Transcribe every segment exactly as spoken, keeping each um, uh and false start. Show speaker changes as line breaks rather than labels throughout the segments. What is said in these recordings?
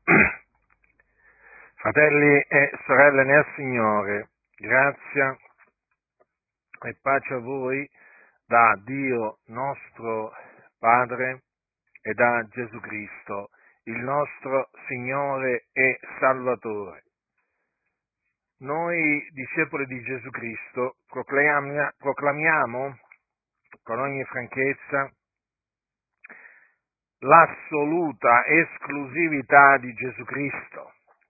Fratelli e sorelle nel Signore, grazia e pace a voi da Dio nostro Padre e da Gesù Cristo, il nostro Signore e Salvatore. Noi, discepoli di Gesù Cristo, proclamia- proclamiamo con ogni franchezza l'assoluta esclusività di Gesù Cristo.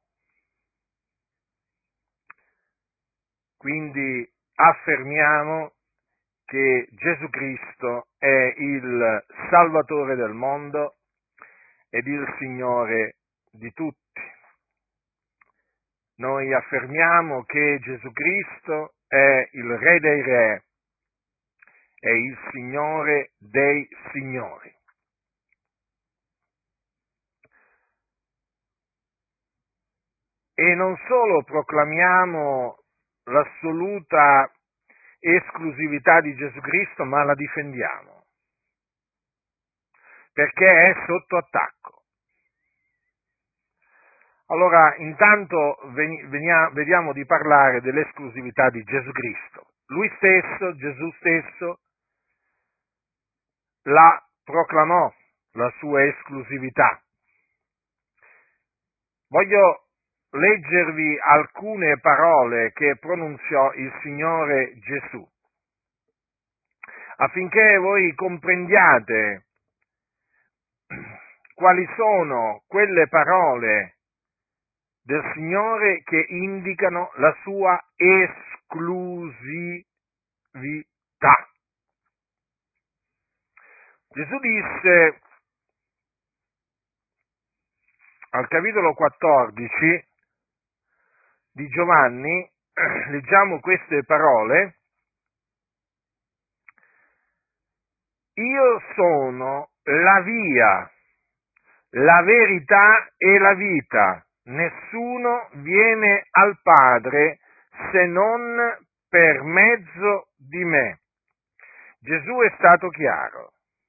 Quindi affermiamo che Gesù Cristo è il Salvatore del mondo ed il Signore di tutti. Noi affermiamo che Gesù Cristo è il Re dei Re e il Signore dei Signori. E non solo proclamiamo l'assoluta esclusività di Gesù Cristo, ma la difendiamo, perché è sotto attacco. Allora, intanto venia, vediamo di parlare dell'esclusività di Gesù Cristo. Lui stesso, Gesù stesso, la proclamò, la sua esclusività. Voglio leggervi alcune parole che pronunziò il Signore Gesù, affinché voi comprendiate quali sono quelle parole del Signore che indicano la sua esclusività. Gesù disse al capitolo quattordici di Giovanni, leggiamo queste parole: io sono la via, la verità e la vita. Nessuno viene al Padre se non per mezzo di me. Gesù è stato chiaro.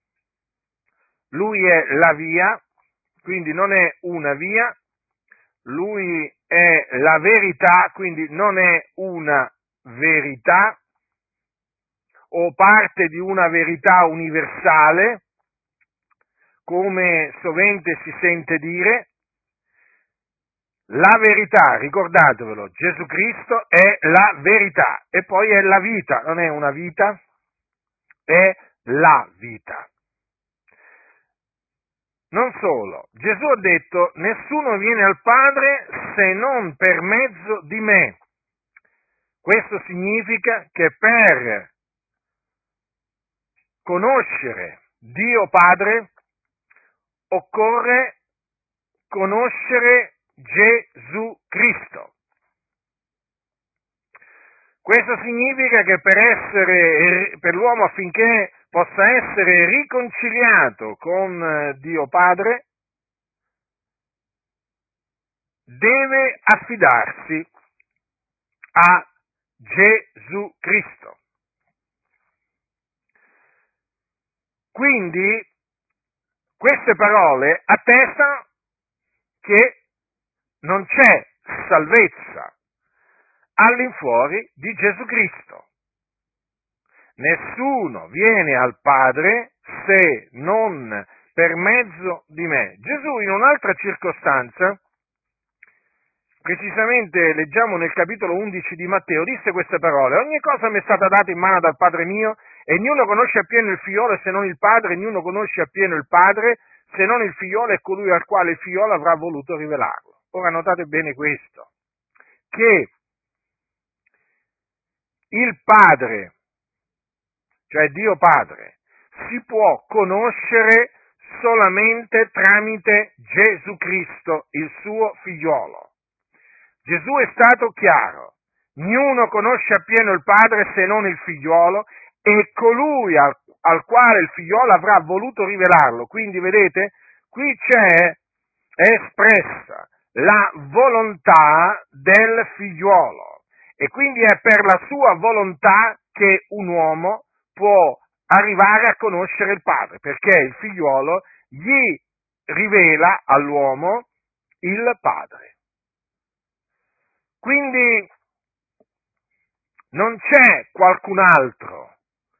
Lui è la via, quindi non è una via. Lui è la verità, quindi non è una verità o parte di una verità universale, come sovente si sente dire. La verità, ricordatevelo, Gesù Cristo è la verità e poi è la vita, non è una vita, è la vita. Non solo, Gesù ha detto: nessuno viene al Padre se non per mezzo di me. Questo significa che per conoscere Dio Padre occorre conoscere Gesù Cristo. Questo significa che per essere, per l'uomo, affinché possa essere riconciliato con Dio Padre, deve affidarsi a Gesù Cristo. Quindi queste parole attestano che non c'è salvezza all'infuori di Gesù Cristo. Nessuno viene al Padre se non per mezzo di me. Gesù in un'altra circostanza, precisamente leggiamo nel capitolo undici di Matteo, disse queste parole: ogni cosa mi è stata data in mano dal Padre mio, e ognuno conosce appieno il figliolo se non il Padre, e ognuno conosce appieno il Padre se non il figliolo e colui al quale il figliolo avrà voluto rivelarlo. Ora notate bene questo, che il Padre, cioè Dio Padre, si può conoscere solamente tramite Gesù Cristo, il suo figliolo. Gesù è stato chiaro: niuno conosce appieno il Padre se non il figliolo e colui al, al quale il figliolo avrà voluto rivelarlo. Quindi vedete, qui c'è espressa la volontà del figliolo, e quindi è per la sua volontà che un uomo può arrivare a conoscere il Padre, perché il figliolo gli rivela all'uomo il Padre. Quindi non c'è qualcun altro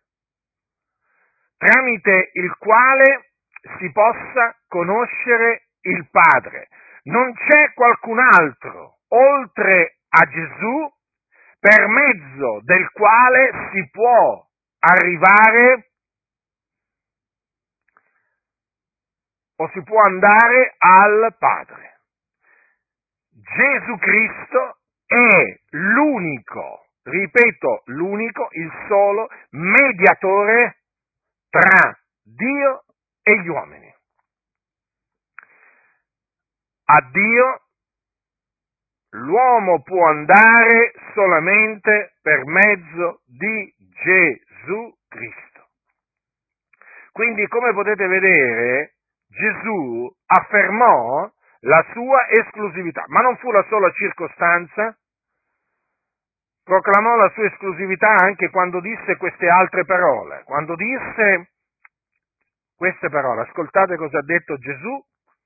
tramite il quale si possa conoscere il Padre. Non c'è qualcun altro oltre a Gesù per mezzo del quale si può arrivare o si può andare al Padre. Gesù Cristo è l'unico, ripeto, l'unico, il solo mediatore tra Dio e gli uomini. A Dio l'uomo può andare solamente per mezzo di Gesù Cristo. Quindi, come potete vedere, Gesù affermò la sua esclusività, ma non fu la sola circostanza, proclamò la sua esclusività anche quando disse queste altre parole, quando disse queste parole, ascoltate cosa ha detto Gesù: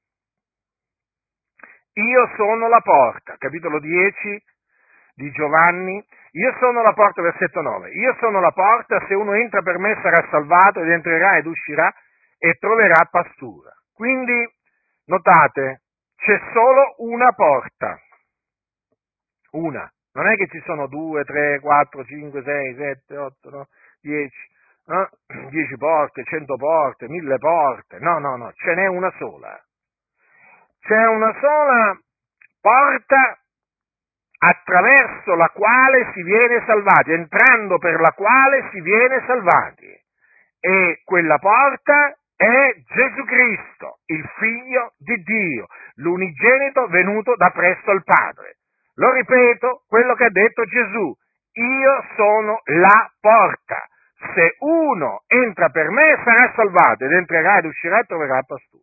io sono la porta, capitolo dieci di Giovanni, io sono la porta, versetto nove, io sono la porta, se uno entra per me sarà salvato ed entrerà ed uscirà e troverà pastura. Quindi, notate, c'è solo una porta, una, non è che ci sono due, tre, quattro, cinque, sei, sette, otto, no, dieci, no? dieci porte, cento porte, mille porte, no, no, no, ce n'è una sola. C'è una sola porta attraverso la quale si viene salvati, entrando per la quale si viene salvati. E quella porta è Gesù Cristo, il Figlio di Dio, l'unigenito venuto da presso al Padre. Lo ripeto, quello che ha detto Gesù: io sono la porta. Se uno entra per me sarà salvato ed entrerà ed uscirà e troverà pastura.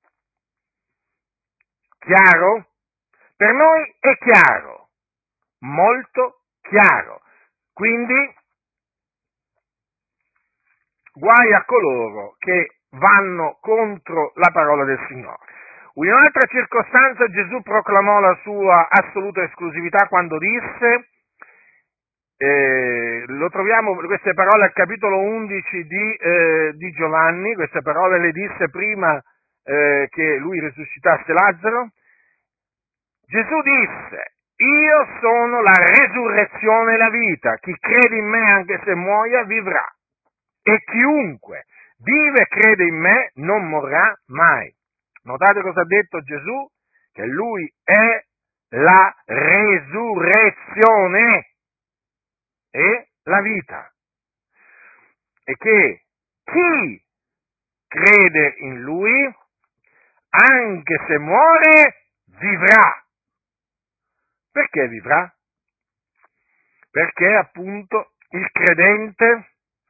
Chiaro? Per noi è chiaro, molto chiaro. Quindi, guai a coloro che vanno contro la parola del Signore. In un'altra circostanza Gesù proclamò la sua assoluta esclusività quando disse, eh, lo troviamo queste parole al capitolo undici di, eh, di Giovanni, queste parole le disse prima eh, che lui risuscitasse Lazzaro. Gesù disse: io sono la resurrezione e la vita, chi crede in me anche se muoia vivrà, e chiunque vive e crede in me non morrà mai. Notate cosa ha detto Gesù? Che lui è la resurrezione e la vita, e che chi crede in lui, anche se muore, vivrà. Perché vivrà? Perché appunto il credente,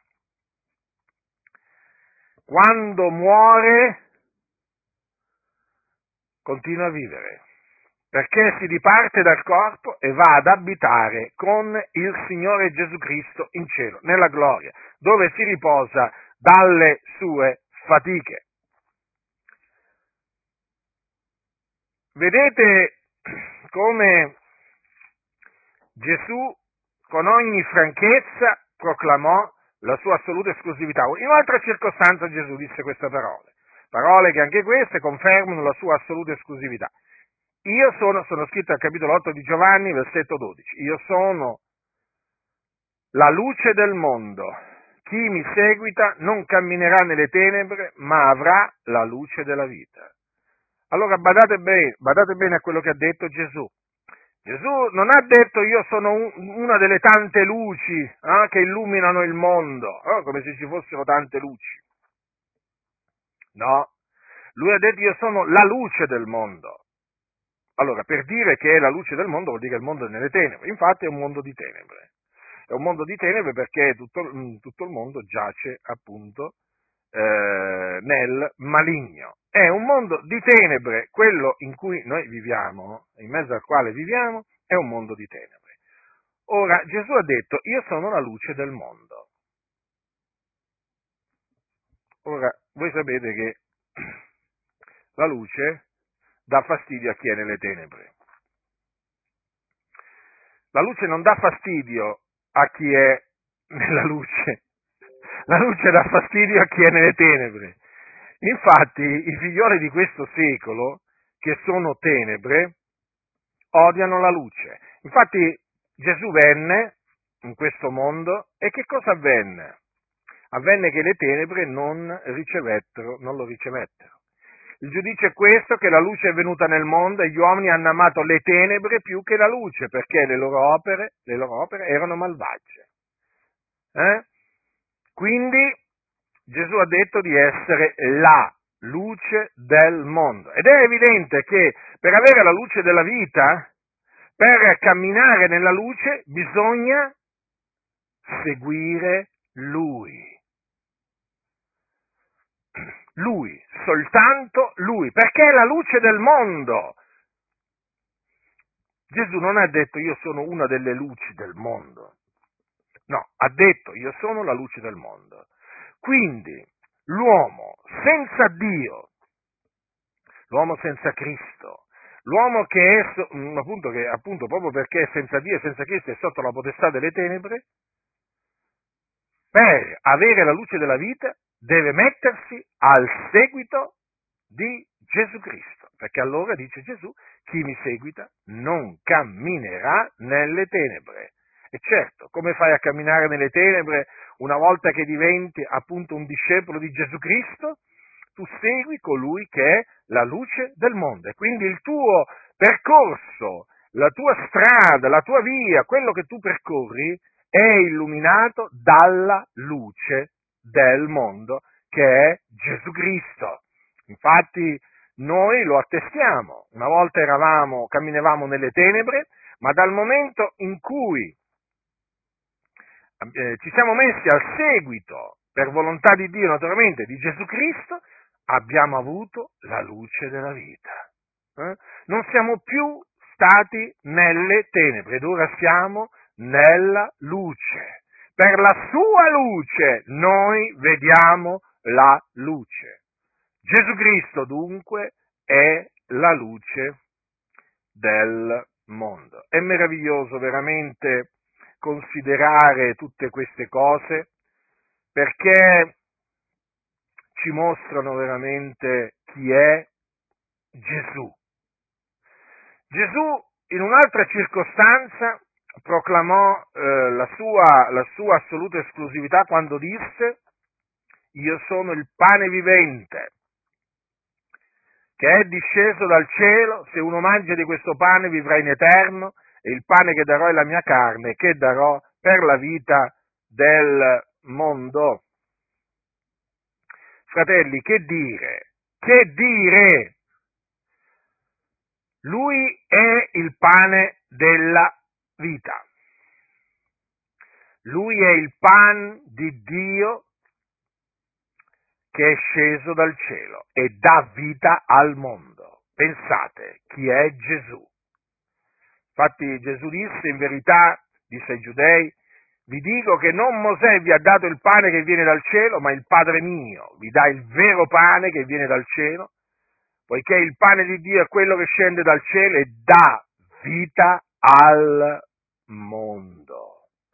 quando muore, continua a vivere, perché si diparte dal corpo e va ad abitare con il Signore Gesù Cristo in cielo, nella gloria, dove si riposa dalle sue fatiche. Vedete come Gesù con ogni franchezza proclamò la sua assoluta esclusività. In un'altra circostanza Gesù disse queste parole, parole che anche queste confermano la sua assoluta esclusività. Io sono, sono scritto al capitolo otto di Giovanni, versetto dodici, io sono la luce del mondo, chi mi seguita non camminerà nelle tenebre, ma avrà la luce della vita. Allora badate bene, badate bene a quello che ha detto Gesù. Gesù non ha detto io sono un, una delle tante luci eh, che illuminano il mondo, eh, come se ci fossero tante luci. No, lui ha detto io sono la luce del mondo. Allora, per dire che è la luce del mondo vuol dire che il mondo è nelle tenebre, infatti è un mondo di tenebre. È un mondo di tenebre perché tutto, tutto il mondo giace appunto eh, nel maligno. È un mondo di tenebre, quello in cui noi viviamo, in mezzo al quale viviamo, è un mondo di tenebre. Ora, Gesù ha detto, io sono la luce del mondo. Ora, voi sapete che la luce dà fastidio a chi è nelle tenebre. La luce non dà fastidio a chi è nella luce, la luce dà fastidio a chi è nelle tenebre. Infatti i figlioli di questo secolo, che sono tenebre, odiano la luce. Infatti Gesù venne in questo mondo e che cosa avvenne? Avvenne che le tenebre non ricevettero, non lo ricevettero. Il giudizio è questo, che la luce è venuta nel mondo e gli uomini hanno amato le tenebre più che la luce, perché le loro opere, le loro opere erano malvagie. Eh? Quindi Gesù ha detto di essere la luce del mondo. Ed è evidente che per avere la luce della vita, per camminare nella luce, bisogna seguire Lui. Lui, soltanto Lui, perché è la luce del mondo. Gesù non ha detto io sono una delle luci del mondo. No, ha detto io sono la luce del mondo. Quindi l'uomo senza Dio, l'uomo senza Cristo, l'uomo che è, appunto, che appunto proprio perché è senza Dio e senza Cristo è sotto la potestà delle tenebre, per avere la luce della vita deve mettersi al seguito di Gesù Cristo, perché allora, dice Gesù, chi mi seguita non camminerà nelle tenebre. E certo, come fai a camminare nelle tenebre una volta che diventi appunto un discepolo di Gesù Cristo? Tu segui colui che è la luce del mondo e quindi il tuo percorso, la tua strada, la tua via, quello che tu percorri è illuminato dalla luce del mondo che è Gesù Cristo. Infatti noi lo attestiamo, una volta eravamo, camminavamo nelle tenebre, ma dal momento in cui eh, ci siamo messi al seguito, per volontà di Dio naturalmente, di Gesù Cristo, abbiamo avuto la luce della vita. Eh? Non siamo più stati nelle tenebre ed ora siamo nella luce. Per la sua luce noi vediamo la luce. Gesù Cristo dunque è la luce del mondo. È meraviglioso veramente considerare tutte queste cose perché ci mostrano veramente chi è Gesù. Gesù in un'altra circostanza proclamò eh, la, sua, la sua assoluta esclusività quando disse: io sono il pane vivente che è disceso dal cielo, se uno mangia di questo pane vivrà in eterno, e il pane che darò è la mia carne, che darò per la vita del mondo. Fratelli, che dire? Che dire? Lui è il pane della vita. Lui è il pan di Dio che è sceso dal cielo e dà vita al mondo. Pensate, chi è Gesù? Infatti Gesù disse, in verità, disse ai giudei, vi dico che non Mosè vi ha dato il pane che viene dal cielo, ma il Padre mio vi dà il vero pane che viene dal cielo, poiché il pane di Dio è quello che scende dal cielo e dà vita al mondo.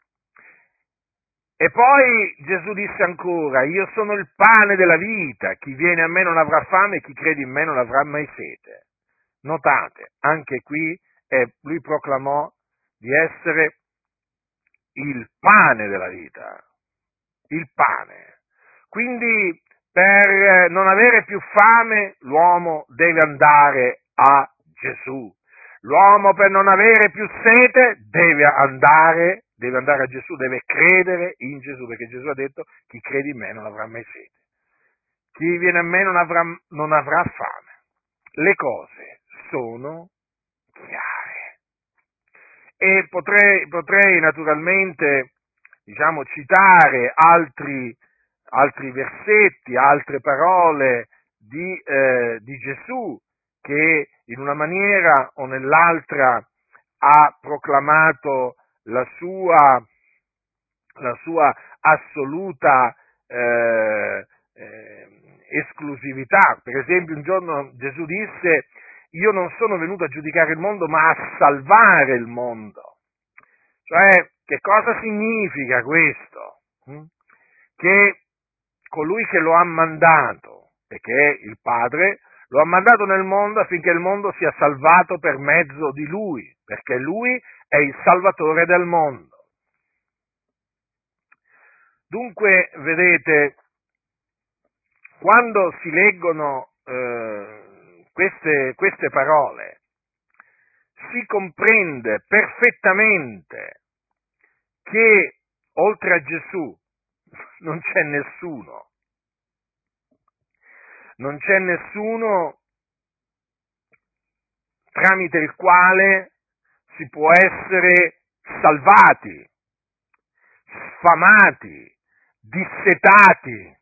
E poi Gesù disse ancora, io sono il pane della vita, chi viene a me non avrà fame e chi crede in me non avrà mai sete. Notate, anche qui eh, lui proclamò di essere il pane della vita, il pane. Quindi per non avere più fame l'uomo deve andare a Gesù. L'uomo per non avere più sete deve andare, deve andare a Gesù, deve credere in Gesù, perché Gesù ha detto chi crede in me non avrà mai sete. Chi viene a me non avrà, non avrà fame. Le cose sono chiare. E potrei, potrei naturalmente, diciamo, citare altri, altri versetti, altre parole di, eh, di Gesù che in una maniera o nell'altra ha proclamato la sua, la sua assoluta eh, eh, esclusività. Per esempio un giorno Gesù disse: io non sono venuto a giudicare il mondo, ma a salvare il mondo. Cioè, che cosa significa questo? Hm? Che colui che lo ha mandato, e che è il Padre, lo ha mandato nel mondo affinché il mondo sia salvato per mezzo di Lui, perché Lui è il Salvatore del mondo. Dunque, vedete, quando si leggono eh, queste, queste parole, si comprende perfettamente che oltre a Gesù non c'è nessuno, non c'è nessuno tramite il quale si può essere salvati, sfamati, dissetati.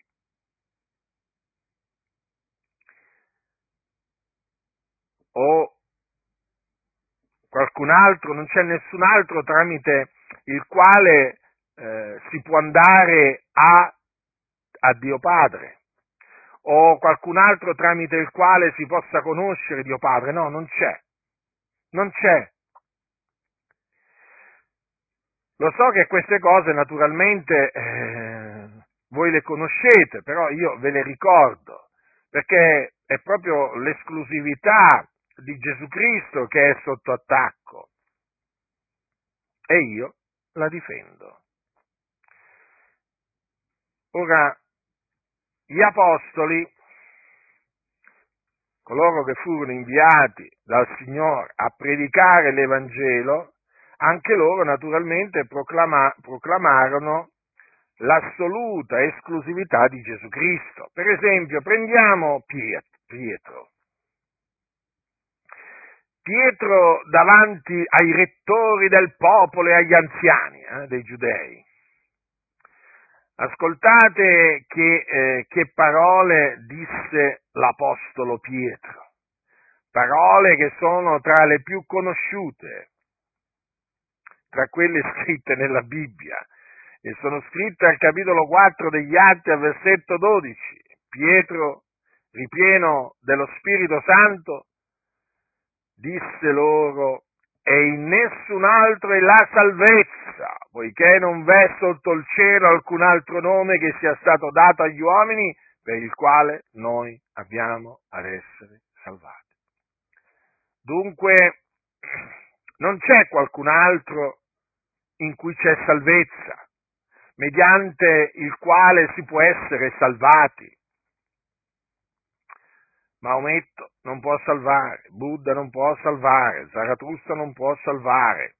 O qualcun altro, non c'è nessun altro tramite il quale eh, si può andare a, a Dio Padre, o qualcun altro tramite il quale si possa conoscere Dio Padre. No, non c'è, non c'è. Lo so che queste cose naturalmente eh, voi le conoscete, però io ve le ricordo, perché è proprio l'esclusività di Gesù Cristo che è sotto attacco e io la difendo. Ora, gli apostoli, coloro che furono inviati dal Signore a predicare l'Evangelo, anche loro naturalmente proclama, proclamarono l'assoluta esclusività di Gesù Cristo. Per esempio, prendiamo Pietro. Pietro davanti ai rettori del popolo e agli anziani eh, dei giudei. Ascoltate che, eh, che parole disse l'apostolo Pietro, parole che sono tra le più conosciute, tra quelle scritte nella Bibbia, e sono scritte al capitolo quattro degli Atti, al versetto dodici. Pietro, ripieno dello Spirito Santo, disse loro: e in nessun altro è la salvezza, poiché non v'è sotto il cielo alcun altro nome che sia stato dato agli uomini per il quale noi abbiamo ad essere salvati. Dunque, non c'è qualcun altro in cui c'è salvezza, mediante il quale si può essere salvati. Maometto non può salvare, Buddha non può salvare, Zarathustra non può salvare,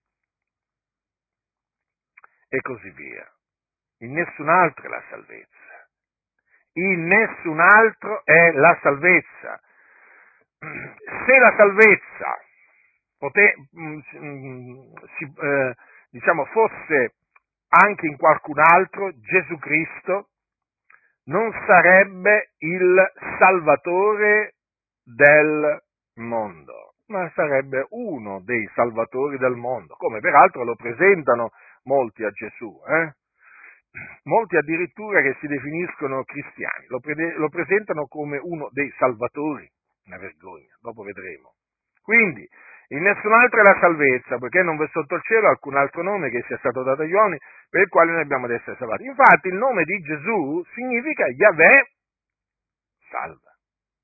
e così via. In nessun altro è la salvezza. In nessun altro è la salvezza. Se la salvezza pote, si, eh, diciamo, fosse anche in qualcun altro, Gesù Cristo non sarebbe il Salvatore del mondo, ma sarebbe uno dei salvatori del mondo, come peraltro lo presentano molti a Gesù, eh? Molti addirittura che si definiscono cristiani, lo, pre- lo presentano come uno dei salvatori, una vergogna, dopo vedremo. Quindi, in nessun altro è la salvezza, poiché non v'è sotto il cielo alcun altro nome che sia stato dato agli uomini per il quale noi abbiamo ad essere salvati. Infatti il nome di Gesù significa Yahweh salva.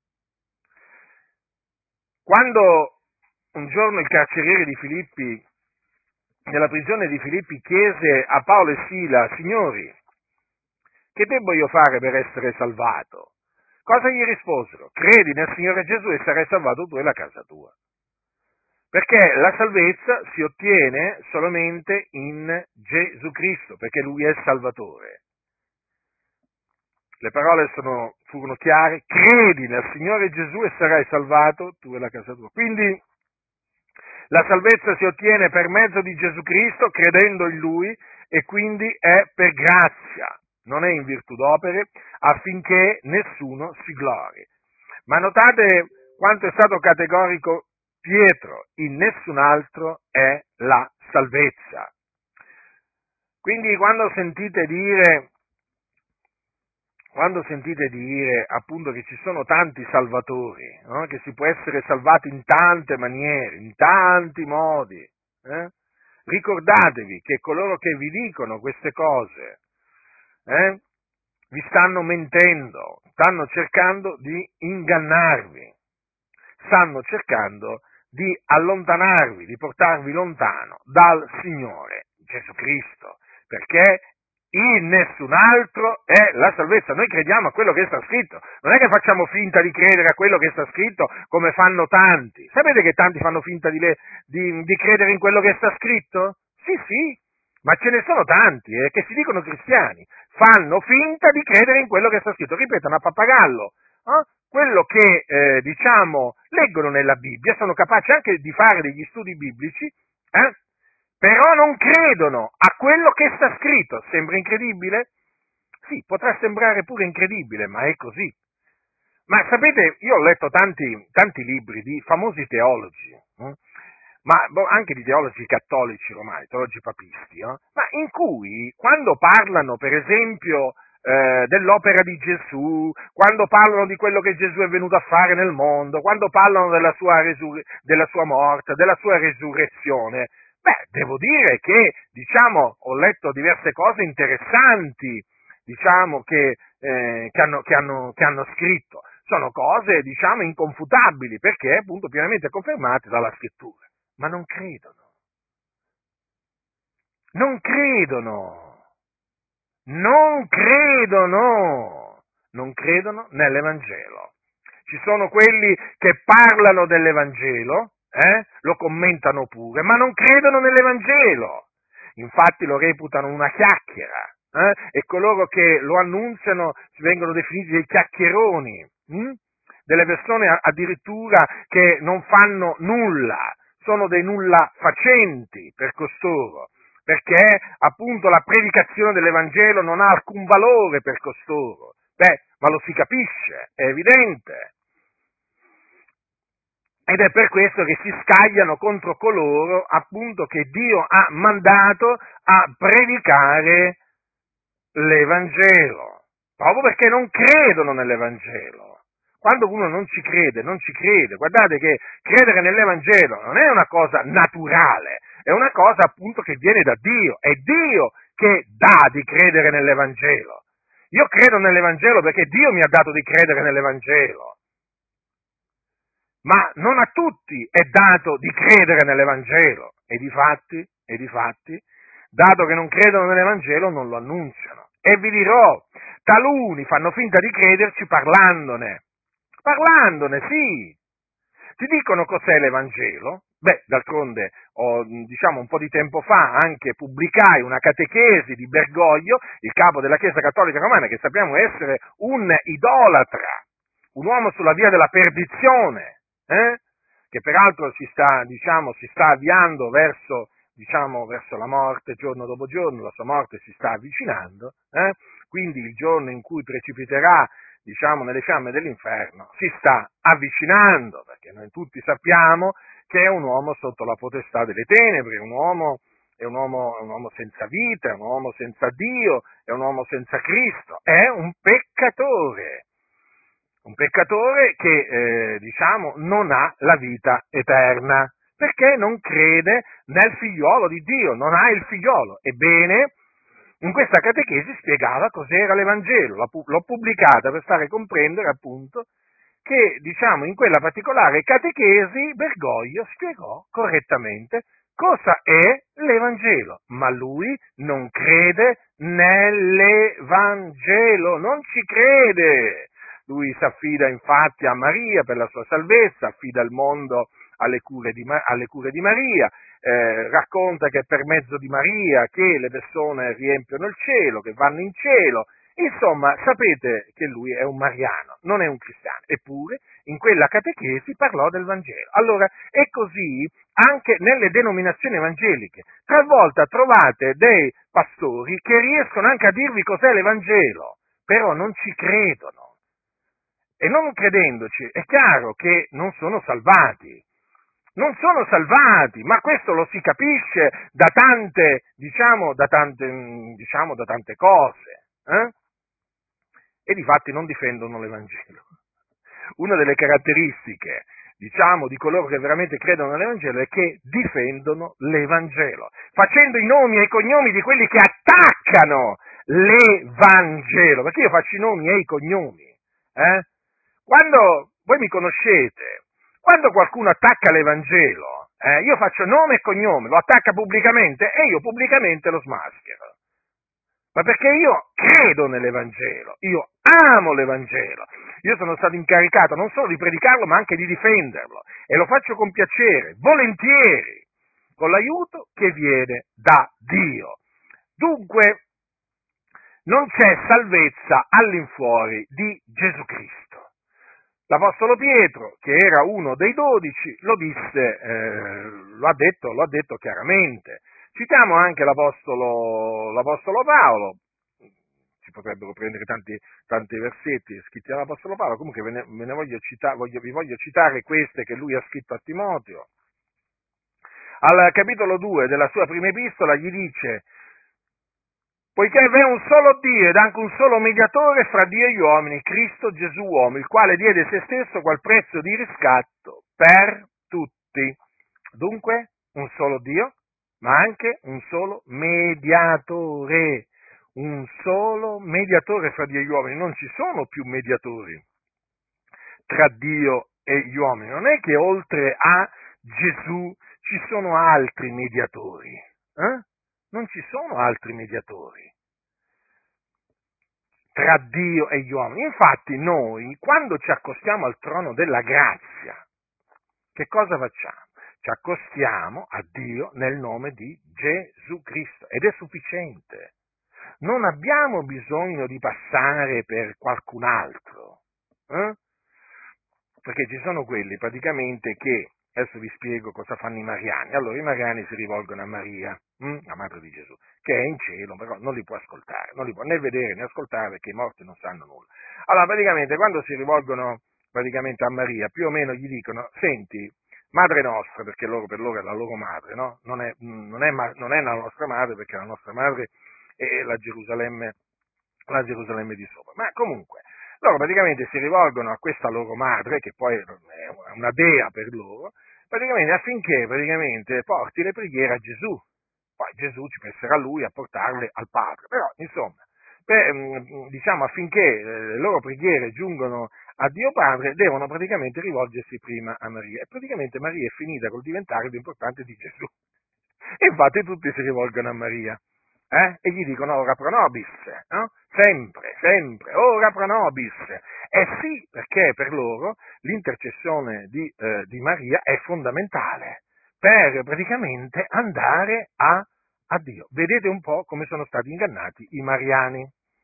Quando un giorno il carceriere di Filippi, nella prigione di Filippi, chiese a Paolo e Sila: signori, che debbo io fare per essere salvato? Cosa gli risposero? Credi nel Signore Gesù e sarai salvato tu e la casa tua. Perché la salvezza si ottiene solamente in Gesù Cristo, perché Lui è il Salvatore. Le parole sono, furono chiare: credi nel Signore Gesù e sarai salvato tu e la casa tua. Quindi la salvezza si ottiene per mezzo di Gesù Cristo, credendo in Lui, e quindi è per grazia, non è in virtù d'opere, affinché nessuno si glori. Ma notate quanto è stato categorico Pietro: in nessun altro è la salvezza. Quindi quando sentite dire, quando sentite dire appunto che ci sono tanti salvatori, no? Che si può essere salvati in tante maniere, in tanti modi, eh? Ricordatevi che coloro che vi dicono queste cose eh, vi stanno mentendo, stanno cercando di ingannarvi, stanno cercando di allontanarvi, di portarvi lontano dal Signore Gesù Cristo, perché in nessun altro è la salvezza. Noi crediamo a quello che sta scritto, non è che facciamo finta di credere a quello che sta scritto come fanno tanti. Sapete che tanti fanno finta di, le, di, di credere in quello che sta scritto? Sì, sì, ma ce ne sono tanti eh, che si dicono cristiani, fanno finta di credere in quello che sta scritto, ripetono a pappagallo eh, quello che, eh, diciamo, leggono nella Bibbia, sono capaci anche di fare degli studi biblici, eh, però non credono a quello che sta scritto. Sembra incredibile? Sì, potrà sembrare pure incredibile, ma è così. Ma sapete, io ho letto tanti, tanti libri di famosi teologi, eh? ma anche di teologi cattolici romani, teologi papisti, eh? ma in cui quando parlano, per esempio, eh, dell'opera di Gesù, quando parlano di quello che Gesù è venuto a fare nel mondo, quando parlano della sua, resur- della sua morte, della sua resurrezione, beh, devo dire che, diciamo, ho letto diverse cose interessanti, diciamo, che, eh, che, hanno, che, hanno, che hanno scritto. Sono cose, diciamo, inconfutabili, perché appunto pienamente confermate dalla Scrittura. Ma non credono. Non credono. Non credono. Non credono nell'Evangelo. Ci sono quelli che parlano dell'Evangelo, eh? Lo commentano pure, ma non credono nell'Evangelo. Infatti lo reputano una chiacchiera, eh? E coloro che lo annunziano vengono definiti dei chiacchieroni, hm? Delle persone addirittura che non fanno nulla, sono dei nulla facenti per costoro, perché appunto la predicazione dell'Evangelo non ha alcun valore per costoro. Beh, ma lo si capisce, è evidente. Ed è per questo che si scagliano contro coloro, appunto, che Dio ha mandato a predicare l'Evangelo, proprio perché non credono nell'Evangelo. Quando uno non ci crede, non ci crede. Guardate che credere nell'Evangelo non è una cosa naturale, è una cosa appunto che viene da Dio, è Dio che dà di credere nell'Evangelo. Io credo nell'Evangelo perché Dio mi ha dato di credere nell'Evangelo. Ma non a tutti è dato di credere nell'Evangelo, e difatti, e difatti, dato che non credono nell'Evangelo, non lo annunziano. E vi dirò, taluni fanno finta di crederci parlandone, parlandone, sì. Ti dicono cos'è l'Evangelo? Beh, d'altronde, ho, diciamo, un po' di tempo fa anche pubblicai una catechesi di Bergoglio, il capo della Chiesa Cattolica Romana, che sappiamo essere un idolatra, un uomo sulla via della perdizione, eh? che peraltro si sta, diciamo, si sta avviando verso, diciamo, verso la morte giorno dopo giorno, la sua morte si sta avvicinando, eh? quindi il giorno in cui precipiterà, diciamo, nelle fiamme dell'inferno si sta avvicinando, perché noi tutti sappiamo che è un uomo sotto la potestà delle tenebre, è un uomo, è un uomo, è un uomo senza vita, è un uomo senza Dio, è un uomo senza Cristo, è un peccatore. Un peccatore che, eh, diciamo, non ha la vita eterna, perché non crede nel figliolo di Dio, non ha il figliolo. Ebbene, in questa catechesi spiegava cos'era l'Evangelo, l'ho pubblicata per fare comprendere, appunto, che, diciamo, in quella particolare catechesi Bergoglio spiegò correttamente cosa è l'Evangelo, ma lui non crede nell'Evangelo, non ci crede. Lui si affida infatti a Maria per la sua salvezza, affida il mondo alle cure di, alle cure di Maria, eh, racconta che è per mezzo di Maria che le persone riempiono il cielo, che vanno in cielo. Insomma, sapete che lui è un mariano, non è un cristiano, eppure in quella catechesi parlò del Vangelo. Allora, è così anche nelle denominazioni evangeliche. Talvolta trovate dei pastori che riescono anche a dirvi cos'è l'Evangelo, però non ci credono. E non credendoci, è chiaro che non sono salvati. Non sono salvati, ma questo lo si capisce da tante, diciamo, da tante, diciamo, da tante cose. Eh? e difatti non difendono l'Evangelo. Una delle caratteristiche, diciamo, di coloro che veramente credono nell'Evangelo è che difendono l'Evangelo, facendo i nomi e i cognomi di quelli che attaccano l'Evangelo, perché io faccio i nomi e i cognomi. Eh? Quando voi mi conoscete, quando qualcuno attacca l'Evangelo, eh, io faccio nome e cognome, lo attacca pubblicamente e io pubblicamente lo smaschero. Ma perché io credo nell'Evangelo, io amo l'Evangelo, io sono stato incaricato non solo di predicarlo ma anche di difenderlo e lo faccio con piacere, volentieri, con l'aiuto che viene da Dio. Dunque, non c'è salvezza all'infuori di Gesù Cristo. L'Apostolo Pietro, che era uno dei dodici, lo disse, eh, lo ha detto, lo ha detto chiaramente. Citiamo anche l'Apostolo, l'Apostolo Paolo, si potrebbero prendere tanti, tanti versetti scritti dall'Apostolo Paolo, comunque ve ne, ve ne voglio citare, voglio, vi voglio citare queste che lui ha scritto a Timoteo. Al capitolo due della sua prima epistola gli dice: poiché v'è un solo Dio ed anche un solo mediatore fra Dio e gli uomini, Cristo Gesù uomo, il quale diede se stesso qual prezzo di riscatto per tutti. Dunque, un solo Dio, ma anche un solo mediatore. Un solo mediatore fra Dio e gli uomini. Non ci sono più mediatori tra Dio e gli uomini. Non è che oltre a Gesù ci sono altri mediatori. Eh? Non ci sono altri mediatori tra Dio e gli uomini. Infatti noi, quando ci accostiamo al trono della grazia, che cosa facciamo? Ci accostiamo a Dio nel nome di Gesù Cristo ed è sufficiente. Non abbiamo bisogno di passare per qualcun altro, eh? Perché ci sono quelli praticamente che, adesso vi spiego cosa fanno i mariani. Allora i mariani si rivolgono a Maria, hm? la madre di Gesù, che è in cielo, però non li può ascoltare, non li può né vedere né ascoltare perché i morti non sanno nulla. Allora praticamente quando si rivolgono praticamente a Maria, più o meno gli dicono: senti, madre nostra, perché loro, per loro è la loro madre, no? Non è, non è, non è la nostra madre, perché la nostra madre è la Gerusalemme, la Gerusalemme di sopra. Ma comunque, loro praticamente si rivolgono a questa loro madre, che poi è una dea per loro, praticamente affinché praticamente porti le preghiere a Gesù. Poi Gesù ci penserà lui a portarle al Padre. Però, insomma, per, diciamo affinché le loro preghiere giungano a Dio Padre, devono praticamente rivolgersi prima a Maria. E praticamente Maria è finita col diventare più importante di Gesù. E infatti tutti si rivolgono a Maria. Eh? E gli dicono ora pro nobis, no? Sempre, sempre, ora pro nobis. Eh sì, perché per loro l'intercessione di, eh, di Maria è fondamentale per praticamente andare a, a Dio. Vedete un po' come sono stati ingannati i mariani.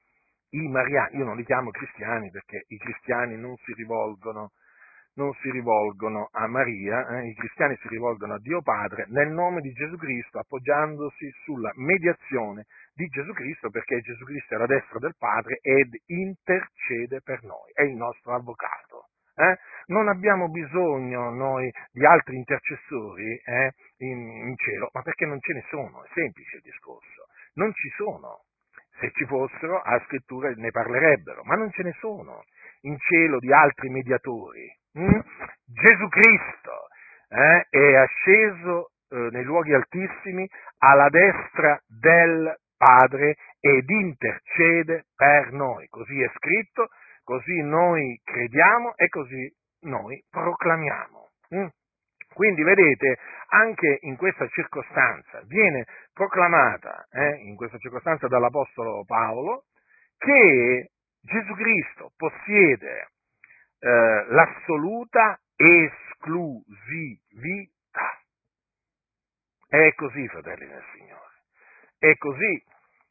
I mariani, io non li chiamo cristiani perché i cristiani non si rivolgono non si rivolgono a Maria, eh, i cristiani si rivolgono a Dio Padre nel nome di Gesù Cristo, appoggiandosi sulla mediazione di Gesù Cristo, perché Gesù Cristo è alla destra del Padre ed intercede per noi, è il nostro avvocato. Eh? Non abbiamo bisogno noi di altri intercessori eh, in, in cielo, ma perché non ce ne sono, è semplice il discorso, non ci sono. Se ci fossero, a scrittura ne parlerebbero, ma non ce ne sono in cielo di altri mediatori. Mm? Gesù Cristo eh, è asceso eh, nei luoghi altissimi alla destra del Padre ed intercede per noi. Così è scritto, così noi crediamo e così noi proclamiamo. Mm? Quindi vedete, anche in questa circostanza viene proclamata, eh, in questa circostanza dall'Apostolo Paolo, che Gesù Cristo possiede eh, l'assoluta esclusività. È così, fratelli del Signore, è così.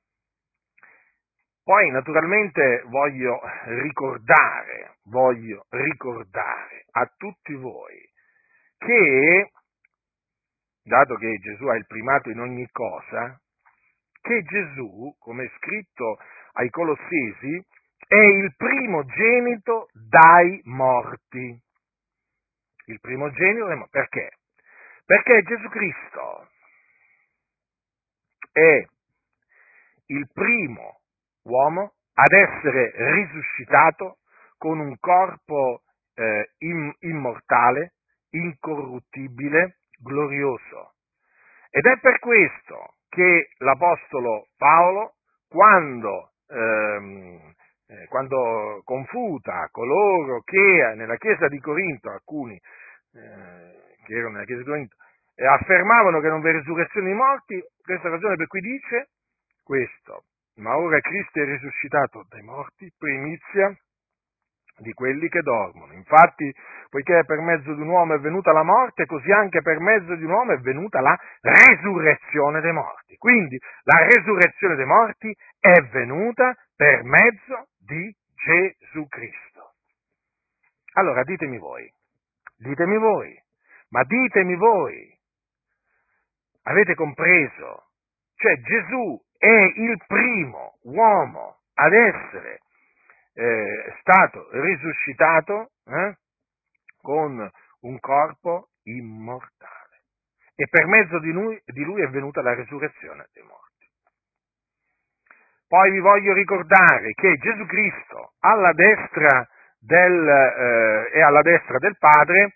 Poi naturalmente voglio ricordare, voglio ricordare a tutti voi che, dato che Gesù ha il primato in ogni cosa, che Gesù, come è scritto ai Colossesi, è il primogenito dai morti. Il primogenito dai morti. Perché? Perché Gesù Cristo è il primo uomo ad essere risuscitato con un corpo eh, im- immortale, incorruttibile, glorioso. Ed è per questo che l'Apostolo Paolo, quando, ehm, eh, quando confuta coloro che nella chiesa di Corinto, alcuni eh, che erano nella chiesa di Corinto, eh, affermavano che non vi è risurrezione dei morti, questa è la ragione per cui dice questo: ma ora Cristo è risuscitato dai morti, primizia di quelli che dormono. Infatti, poiché per mezzo di un uomo è venuta la morte, così anche per mezzo di un uomo è venuta la resurrezione dei morti. Quindi la resurrezione dei morti è venuta per mezzo di Gesù Cristo. Allora ditemi voi, ditemi voi, ma ditemi voi, avete compreso? Cioè Gesù è il primo uomo ad essere eh, stato risuscitato eh, con un corpo immortale e per mezzo di lui, di lui è venuta la resurrezione dei morti. Poi vi voglio ricordare che Gesù Cristo alla destra del, eh, è alla destra del Padre,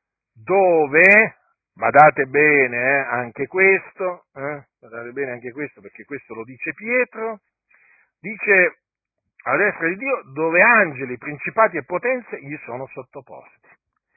dove, badate bene eh, anche questo, eh, badate bene anche questo perché questo lo dice Pietro, dice alla destra di Dio, dove angeli, principati e potenze gli sono sottoposti.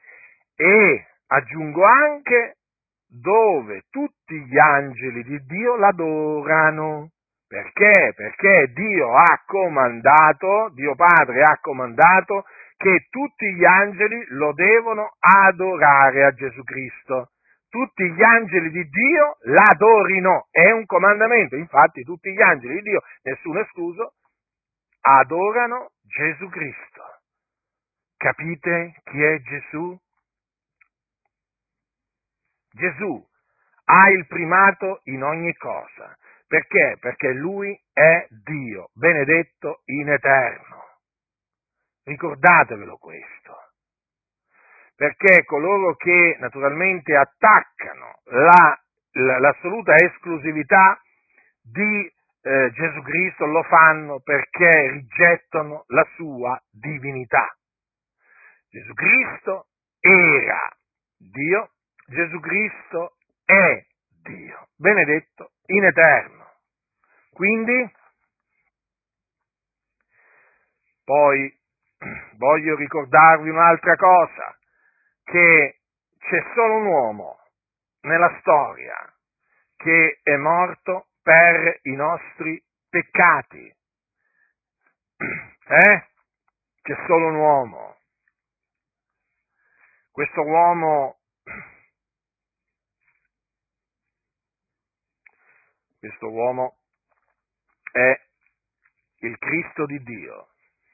E aggiungo anche dove tutti gli angeli di Dio l'adorano. Perché? Perché Dio ha comandato, Dio Padre ha comandato che tutti gli angeli lo devono adorare a Gesù Cristo. Tutti gli angeli di Dio l'adorino, è un comandamento. Infatti tutti gli angeli di Dio, nessuno escluso, adorano Gesù Cristo. Capite chi è Gesù? Gesù ha il primato in ogni cosa. Perché? Perché Lui è Dio, benedetto in eterno. Ricordatevelo questo. Perché coloro che naturalmente attaccano la, la, l'assoluta esclusività di eh, Gesù Cristo lo fanno perché rigettano la sua divinità. Gesù Cristo era Dio, Gesù Cristo è Dio, benedetto in eterno. Quindi, poi voglio ricordarvi un'altra cosa, che c'è solo un uomo nella storia che è morto per i nostri peccati. Eh? C'è solo un uomo. Questo uomo, questo uomo è il Cristo di Dio,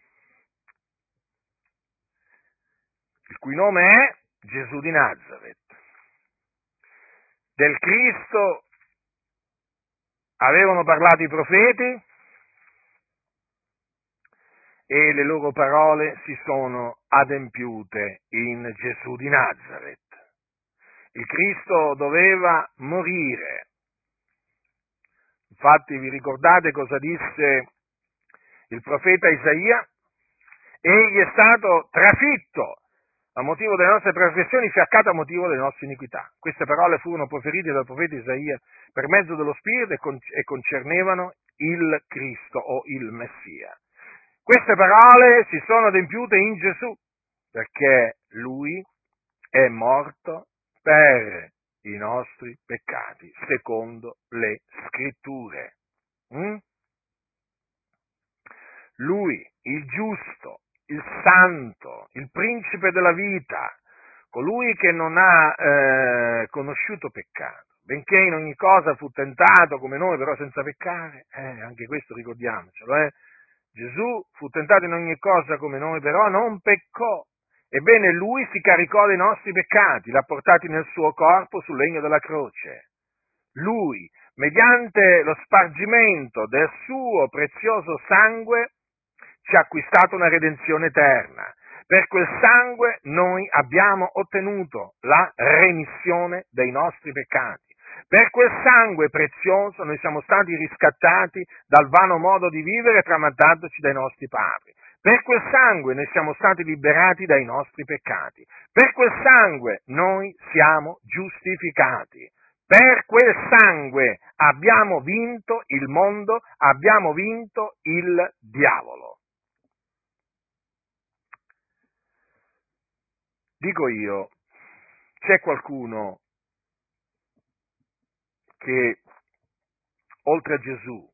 il cui nome è Gesù di Nazaret. Del Cristo avevano parlato i profeti e le loro parole si sono adempiute in Gesù di Nazaret. Il Cristo doveva morire. Infatti vi ricordate cosa disse il profeta Isaia? Egli è stato trafitto a motivo delle nostre trasgressioni, fiaccato a motivo delle nostre iniquità. Queste parole furono proferite dal profeta Isaia per mezzo dello Spirito e concernevano il Cristo o il Messia. Queste parole si sono adempiute in Gesù, perché Lui è morto per i nostri peccati, secondo le Scritture. Mm? Lui, il giusto, il santo, il principe della vita, colui che non ha eh, conosciuto peccato, benché in ogni cosa fu tentato come noi, però senza peccare, eh, anche questo ricordiamocelo, eh. Gesù fu tentato in ogni cosa come noi, però non peccò. Ebbene, Lui si caricò dei nostri peccati, l'ha portati nel suo corpo sul legno della croce. Lui, mediante lo spargimento del suo prezioso sangue, ci ha acquistato una redenzione eterna. Per quel sangue noi abbiamo ottenuto la remissione dei nostri peccati. Per quel sangue prezioso noi siamo stati riscattati dal vano modo di vivere tramandandoci dai nostri padri. Per quel sangue noi siamo stati liberati dai nostri peccati. Per quel sangue noi siamo giustificati. Per quel sangue abbiamo vinto il mondo, abbiamo vinto il diavolo. Dico io, c'è qualcuno che oltre a Gesù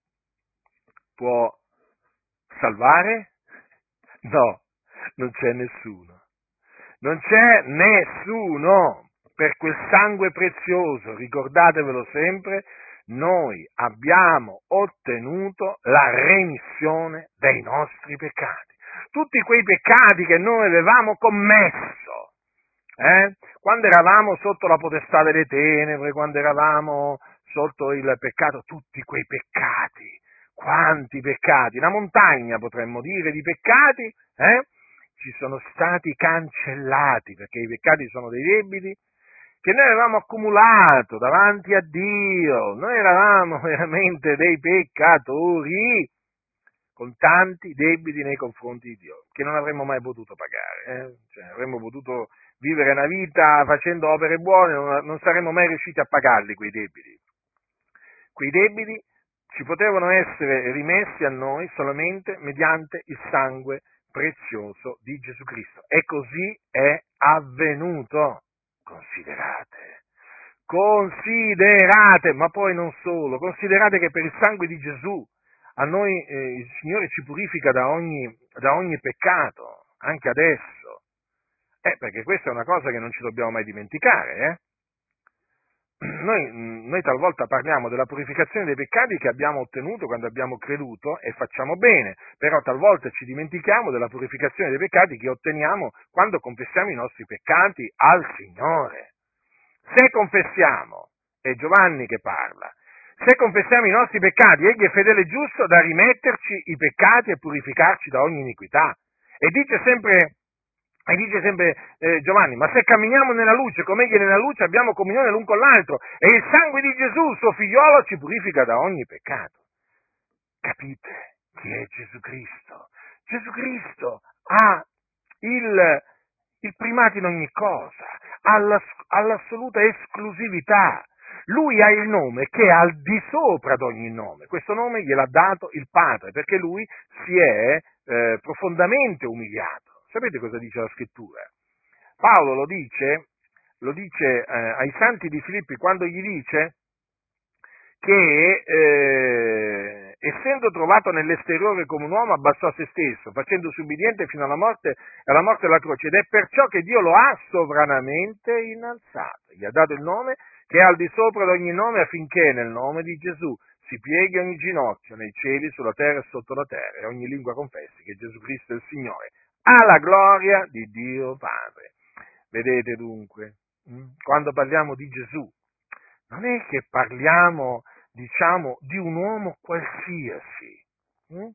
può salvare? No, non c'è nessuno. Non c'è nessuno. Per quel sangue prezioso, ricordatevelo sempre, noi abbiamo ottenuto la remissione dei nostri peccati. Tutti quei peccati che noi avevamo commesso, eh? Quando eravamo sotto la potestà delle tenebre, quando eravamo sotto il peccato, tutti quei peccati, quanti peccati, una montagna potremmo dire di peccati, eh? Ci sono stati cancellati, perché i peccati sono dei debiti che noi avevamo accumulato davanti a Dio, noi eravamo veramente dei peccatori con tanti debiti nei confronti di Dio, che non avremmo mai potuto pagare, eh? Cioè, avremmo potuto vivere una vita facendo opere buone, non, non saremmo mai riusciti a pagarli quei debiti. Quei debiti ci potevano essere rimessi a noi solamente mediante il sangue prezioso di Gesù Cristo. E così è avvenuto. Considerate, considerate, ma poi non solo, considerate che per il sangue di Gesù a noi eh, il Signore ci purifica da ogni, da ogni peccato, anche adesso. Eh, perché questa è una cosa che non ci dobbiamo mai dimenticare, eh? Noi, noi talvolta parliamo della purificazione dei peccati che abbiamo ottenuto quando abbiamo creduto e facciamo bene, però talvolta ci dimentichiamo della purificazione dei peccati che otteniamo quando confessiamo i nostri peccati al Signore. Se confessiamo, è Giovanni che parla, se confessiamo i nostri peccati, Egli è fedele e giusto da rimetterci i peccati e purificarci da ogni iniquità. E dice sempre... E dice sempre eh, Giovanni, ma se camminiamo nella luce, come egli è nella luce, abbiamo comunione l'un con l'altro, e il sangue di Gesù, suo figliolo, ci purifica da ogni peccato. Capite chi è Gesù Cristo? Gesù Cristo ha il, il primato in ogni cosa, ha, la, ha l'assoluta esclusività. Lui ha il nome che è al di sopra di ogni nome. Questo nome gliel'ha dato il Padre, perché lui si è eh, profondamente umiliato. Sapete cosa dice la Scrittura? Paolo lo dice, lo dice eh, ai santi di Filippi quando gli dice che eh, essendo trovato nell'esteriore come un uomo abbassò se stesso, facendosi ubbidiente fino alla morte, alla morte della croce, ed è perciò che Dio lo ha sovranamente innalzato. Gli ha dato il nome che è al di sopra di ogni nome, affinché nel nome di Gesù si pieghi ogni ginocchio nei cieli, sulla terra e sotto la terra, e ogni lingua confessi che Gesù Cristo è il Signore, alla gloria di Dio Padre. Vedete dunque, quando parliamo di Gesù, non è che parliamo, diciamo, di un uomo qualsiasi, hm?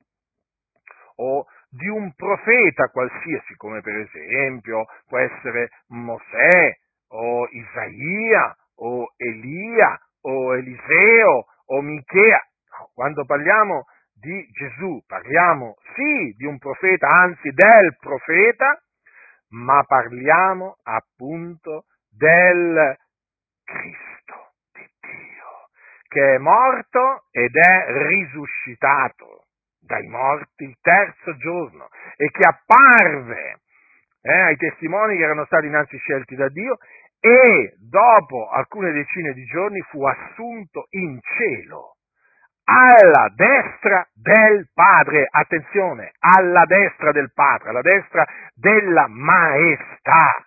o di un profeta qualsiasi, come per esempio può essere Mosè, o Isaia, o Elia, o Eliseo, o Michea. No, quando parliamo di Gesù, parliamo sì di un profeta, anzi del profeta, ma parliamo appunto del Cristo di Dio, che è morto ed è risuscitato dai morti il terzo giorno e che apparve eh, ai testimoni che erano stati innanzi scelti da Dio, e dopo alcune decine di giorni fu assunto in cielo alla destra del Padre, attenzione, alla destra del Padre, alla destra della maestà.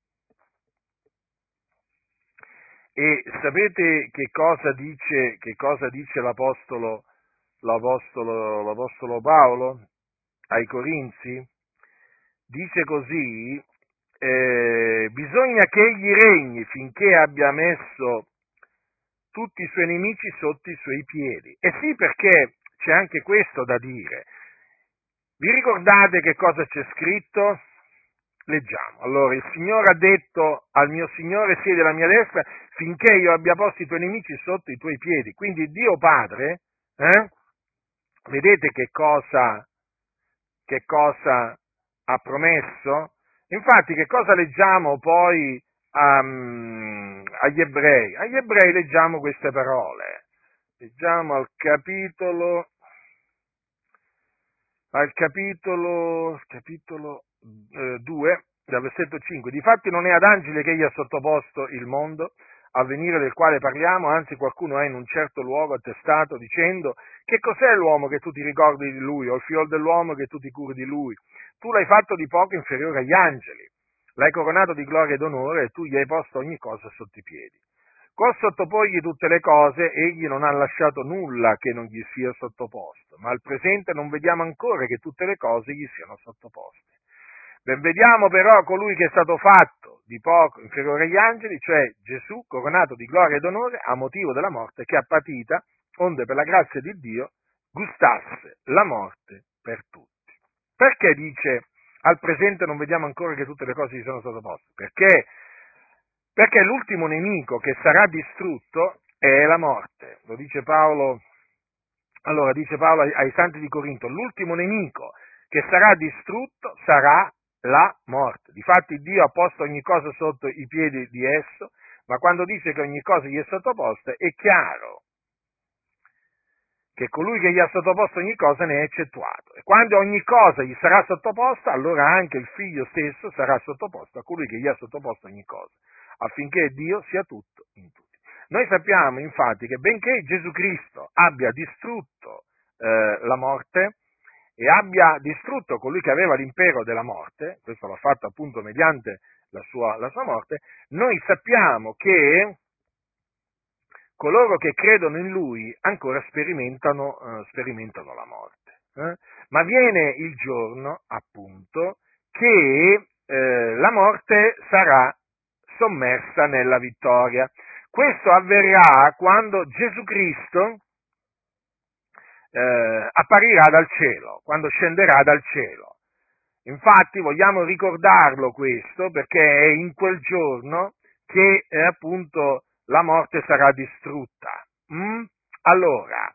E sapete che cosa dice, che cosa dice l'apostolo, l'apostolo, l'apostolo Paolo ai Corinzi? Dice così, eh, bisogna che egli regni finché abbia messo tutti i suoi nemici sotto i suoi piedi. E sì, perché c'è anche questo da dire. Vi ricordate che cosa c'è scritto Leggiamo. Allora, il Signore ha detto al mio Signore: siedi alla mia destra finché io abbia posto i tuoi nemici sotto i tuoi piedi. Quindi Dio Padre, eh, vedete che cosa, che cosa ha promesso? Infatti, che cosa leggiamo poi um, agli ebrei? Agli ebrei leggiamo queste parole. Leggiamo al capitolo, al capitolo, capitolo eh, due, dal versetto cinque. Difatti non è ad angeli che egli ha sottoposto il mondo, al venire del quale parliamo, anzi qualcuno ha in un certo luogo attestato dicendo: che cos'è l'uomo che tu ti ricordi di lui, o il figlio dell'uomo che tu ti curi di lui? Tu l'hai fatto di poco inferiore agli angeli, l'hai coronato di gloria ed onore e tu gli hai posto ogni cosa sotto i piedi. Col sottoporgli tutte le cose, egli non ha lasciato nulla che non gli sia sottoposto, ma al presente non vediamo ancora che tutte le cose gli siano sottoposte. Ben vediamo però colui che è stato fatto di poco inferiore agli angeli, cioè Gesù, coronato di gloria ed onore a motivo della morte che ha patita, onde per la grazia di Dio gustasse la morte per tutti. Perché dice al presente non vediamo ancora che tutte le cose gli sono sottoposte? Perché Perché l'ultimo nemico che sarà distrutto è la morte. Lo dice Paolo, allora dice Paolo ai, ai santi di Corinto: l'ultimo nemico che sarà distrutto sarà la morte. Difatti Dio ha posto ogni cosa sotto i piedi di esso, ma quando dice che ogni cosa gli è sottoposta, è chiaro che colui che gli ha sottoposto ogni cosa ne è eccettuato. E quando ogni cosa gli sarà sottoposta, allora anche il figlio stesso sarà sottoposto a colui che gli ha sottoposto ogni cosa, affinché Dio sia tutto in tutti. Noi sappiamo infatti che benché Gesù Cristo abbia distrutto eh, la morte e abbia distrutto colui che aveva l'impero della morte, questo l'ha fatto appunto mediante la sua, la sua morte, noi sappiamo che coloro che credono in Lui ancora sperimentano, eh, sperimentano la morte. Eh? Ma viene il giorno, appunto, che eh, la morte sarà sommersa nella vittoria. Questo avverrà quando Gesù Cristo eh, apparirà dal cielo, quando scenderà dal cielo. Infatti vogliamo ricordarlo questo perché è in quel giorno che eh, appunto la morte sarà distrutta. Mm? Allora,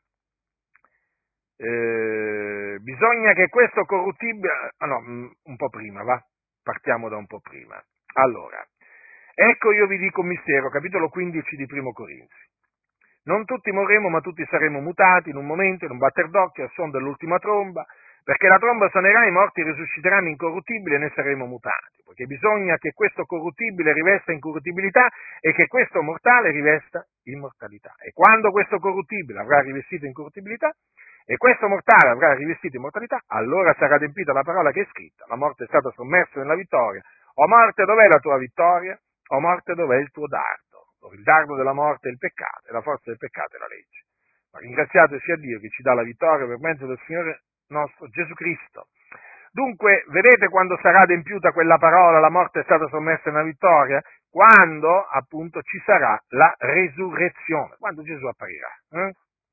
eh, bisogna che questo corruttibile, ah no, un po' prima, va, partiamo da un po' prima. Allora, ecco io vi dico un mistero, capitolo quindici di Primo Corinzi. Non tutti morremo, ma tutti saremo mutati in un momento, in un batter d'occhio, al suono dell'ultima tromba, perché la tromba suonerà, i morti risusciteranno incorruttibili e ne saremo mutati, perché bisogna che questo corruttibile rivesta incorruttibilità e che questo mortale rivesta immortalità. E quando questo corruttibile avrà rivestito incorruttibilità e questo mortale avrà rivestito immortalità, allora sarà adempiuta la parola che è scritta: la morte è stata sommersa nella vittoria. O morte, dov'è la tua vittoria? O morte, dov'è il tuo dardo? Il dardo della morte è il peccato, e la forza del peccato è la legge. Ma ringraziato sia Dio che ci dà la vittoria per mezzo del Signore nostro Gesù Cristo. Dunque, vedete quando sarà adempiuta quella parola, la morte è stata sommersa nella vittoria? Quando, appunto, ci sarà la resurrezione, quando Gesù apparirà. Eh?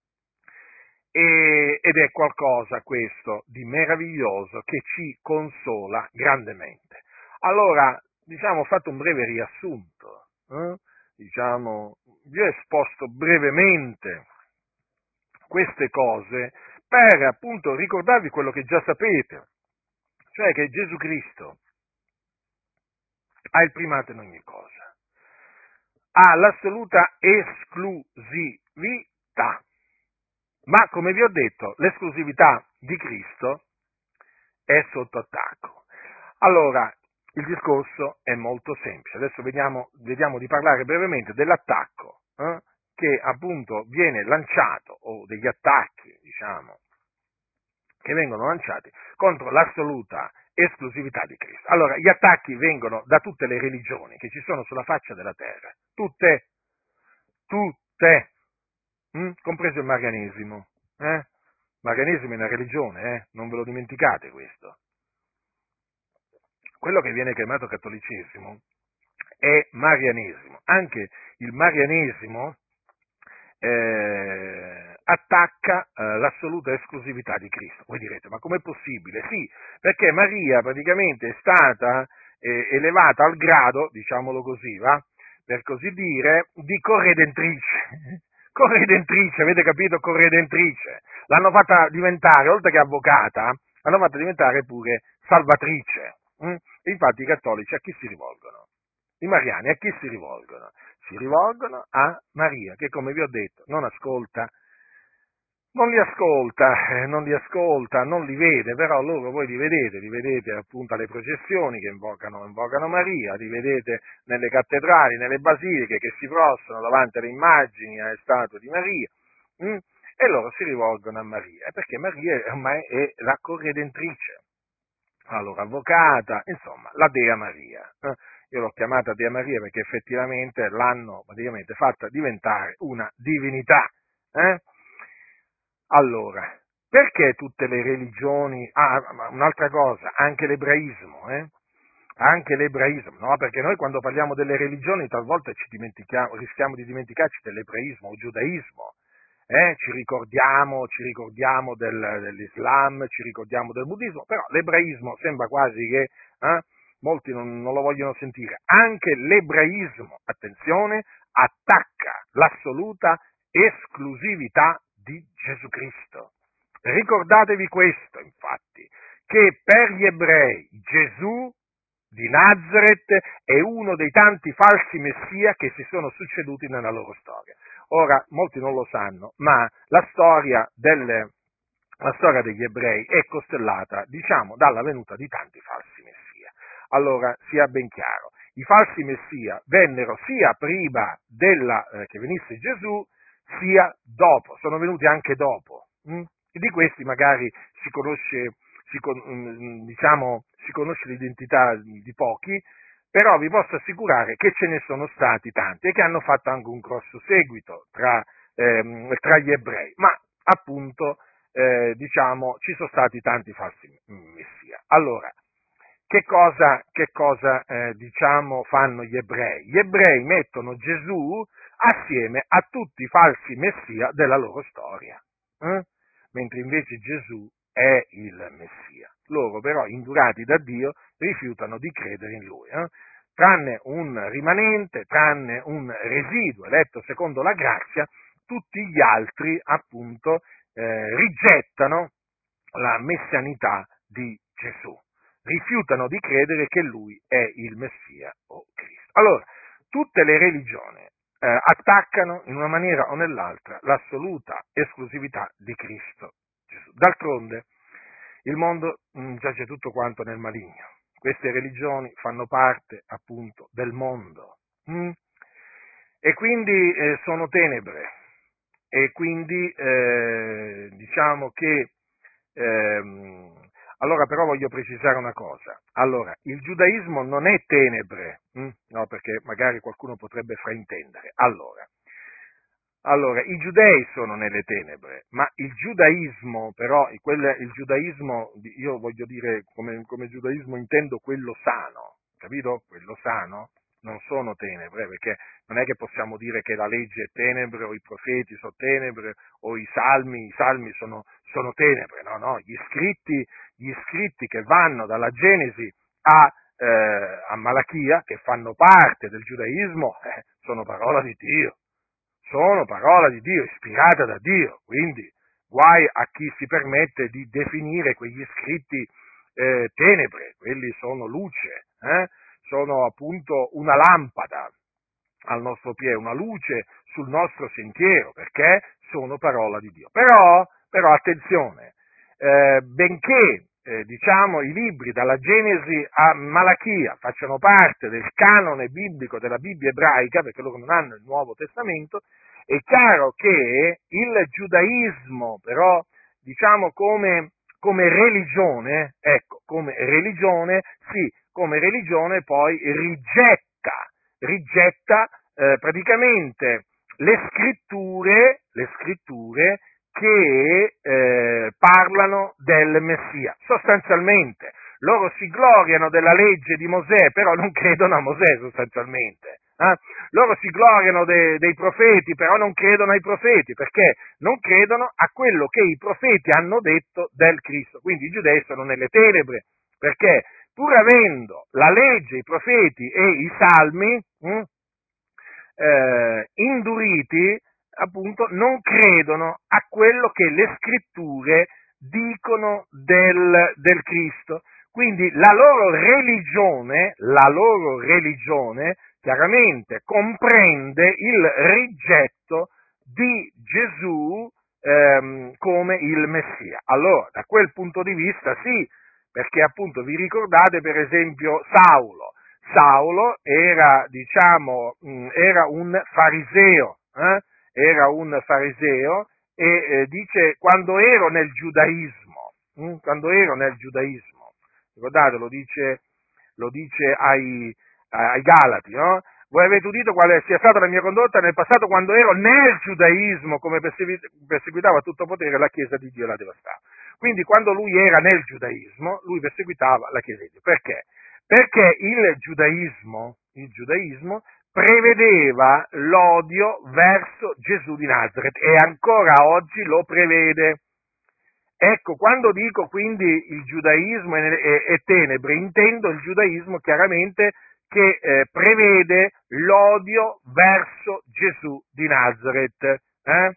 E, ed è qualcosa questo di meraviglioso che ci consola grandemente. Allora, diciamo, ho fatto un breve riassunto, eh? diciamo, vi ho esposto brevemente queste cose per appunto ricordarvi quello che già sapete, cioè che Gesù Cristo ha il primato in ogni cosa, ha l'assoluta esclusività, ma come vi ho detto, l'esclusività di Cristo è sotto attacco. Allora, il discorso è molto semplice. Adesso vediamo, vediamo di parlare brevemente dell'attacco eh, che appunto viene lanciato, o degli attacchi, diciamo, che vengono lanciati contro l'assoluta esclusività di Cristo. Allora, gli attacchi vengono da tutte le religioni che ci sono sulla faccia della terra, tutte, tutte, hm? compreso il marianesimo. Eh? Il marianesimo è una religione, eh? Non ve lo dimenticate questo. Quello che viene chiamato cattolicesimo è marianesimo. Anche il marianesimo eh, attacca eh, l'assoluta esclusività di Cristo. Voi direte, ma com'è possibile? Sì, perché Maria praticamente è stata, eh, elevata al grado, diciamolo così, va? Per così dire, di corredentrice. Corredentrice, avete capito? Corredentrice. L'hanno fatta diventare, oltre che avvocata, l'hanno fatta diventare pure salvatrice. Hm? Infatti i cattolici a chi si rivolgono? I mariani a chi si rivolgono? Si rivolgono a Maria, che come vi ho detto non ascolta, non li ascolta, eh, non li ascolta, non li vede, però loro voi li vedete, li vedete appunto alle processioni che invocano, invocano Maria, li vedete nelle cattedrali, nelle basiliche che si prostrano davanti alle immagini, alle statue di Maria, hm? E loro si rivolgono a Maria, perché Maria ormai è la corredentrice, allora avvocata, insomma, la Dea Maria. Eh? Io l'ho chiamata Dea Maria perché effettivamente l'hanno praticamente fatta diventare una divinità. Eh? Allora, perché tutte le religioni, ah, un'altra cosa, anche l'ebraismo, eh? Anche l'ebraismo, no? Perché noi quando parliamo delle religioni talvolta ci dimentichiamo, rischiamo di dimenticarci dell'ebraismo o giudaismo, eh? Ci ricordiamo, ci ricordiamo del, dell'Islam, ci ricordiamo del buddismo, però l'ebraismo sembra quasi che eh? molti non, non lo vogliono sentire. Anche l'ebraismo, attenzione, attacca l'assoluta esclusività di Gesù Cristo. Ricordatevi questo, infatti, che per gli ebrei Gesù di Nazaret è uno dei tanti falsi messia che si sono succeduti nella loro storia. Ora, molti non lo sanno, ma la storia, delle, la storia degli ebrei è costellata, diciamo, dalla venuta di tanti falsi messia. Allora, sia ben chiaro, i falsi messia vennero sia prima della, eh, che venisse Gesù, sia dopo, sono venuti anche dopo. Hm? E di questi magari si conosce, si, diciamo, si conosce l'identità di pochi, però vi posso assicurare che ce ne sono stati tanti e che hanno fatto anche un grosso seguito tra, ehm, tra gli ebrei, ma appunto, eh, diciamo, ci sono stati tanti falsi messia. Allora, che cosa, che cosa eh, diciamo, fanno gli ebrei? Gli ebrei mettono Gesù assieme a tutti i falsi messia della loro storia, eh? Mentre invece Gesù è il Messia. Loro però, indurati da Dio, rifiutano di credere in Lui, eh? Tranne un rimanente, tranne un residuo eletto secondo la grazia, tutti gli altri appunto eh, rigettano la messianità di Gesù, rifiutano di credere che Lui è il Messia o Cristo. Allora, tutte le religioni Eh, attaccano in una maniera o nell'altra l'assoluta esclusività di Cristo Gesù. D'altronde il mondo mh, giace tutto quanto nel maligno. Queste religioni fanno parte appunto del mondo mh? e quindi eh, sono tenebre e quindi eh, diciamo che ehm, allora però voglio precisare una cosa. Allora, il giudaismo non è tenebre, hm? No, perché magari qualcuno potrebbe fraintendere. Allora, allora, i giudei sono nelle tenebre, ma il giudaismo, però, quel, il giudaismo, io voglio dire, come, come giudaismo intendo quello sano, capito? Quello sano, non sono tenebre, perché non è che possiamo dire che la legge è tenebre, o i profeti sono tenebre, o i salmi, i salmi sono, sono tenebre, no, no, gli scritti, gli scritti che vanno dalla Genesi a, eh, a Malachia, che fanno parte del giudaismo, eh, sono parola di Dio. Sono parola di Dio, ispirata da Dio, quindi guai a chi si permette di definire quegli scritti eh, tenebre, quelli sono luce, eh? Sono appunto una lampada al nostro piede, una luce sul nostro sentiero, perché sono parola di Dio. Però, però attenzione, eh, benché eh, diciamo i libri dalla Genesi a Malachia facciano parte del canone biblico della Bibbia ebraica, perché loro non hanno il Nuovo Testamento, è chiaro che il giudaismo, però, diciamo come, come religione, ecco, come religione, sì, come religione poi rigetta, rigetta eh, praticamente le scritture, le scritture che eh, parlano del Messia. Sostanzialmente, loro si gloriano della legge di Mosè, però non credono a Mosè sostanzialmente. Eh? Loro si gloriano de, dei profeti, però non credono ai profeti, perché non credono a quello che i profeti hanno detto del Cristo. Quindi i giudei sono nelle tenebre, perché pur avendo la legge, i profeti e i salmi mh, eh, induriti, appunto, non credono a quello che le scritture dicono del, del Cristo. Quindi la loro religione, la loro religione, chiaramente comprende il rigetto di Gesù ehm, come il Messia. Allora, da quel punto di vista sì, perché appunto vi ricordate per esempio Saulo. Saulo era, diciamo, mh, era un fariseo, eh? era un fariseo e eh, dice quando ero nel giudaismo, mh? quando ero nel giudaismo, ricordate, lo dice, lo dice ai, ai Galati, no? Voi avete udito quale sia stata la mia condotta nel passato quando ero nel giudaismo, come perseguitavo a tutto potere la Chiesa di Dio e la devastava. Quindi quando lui era nel giudaismo, lui perseguitava la Chiesa di Dio. Perché? Perché il giudaismo, il giudaismo prevedeva l'odio verso Gesù di Nazaret e ancora oggi lo prevede. Ecco, quando dico quindi il giudaismo è tenebre, intendo il giudaismo chiaramente che eh, prevede l'odio verso Gesù di Nazaret. Eh?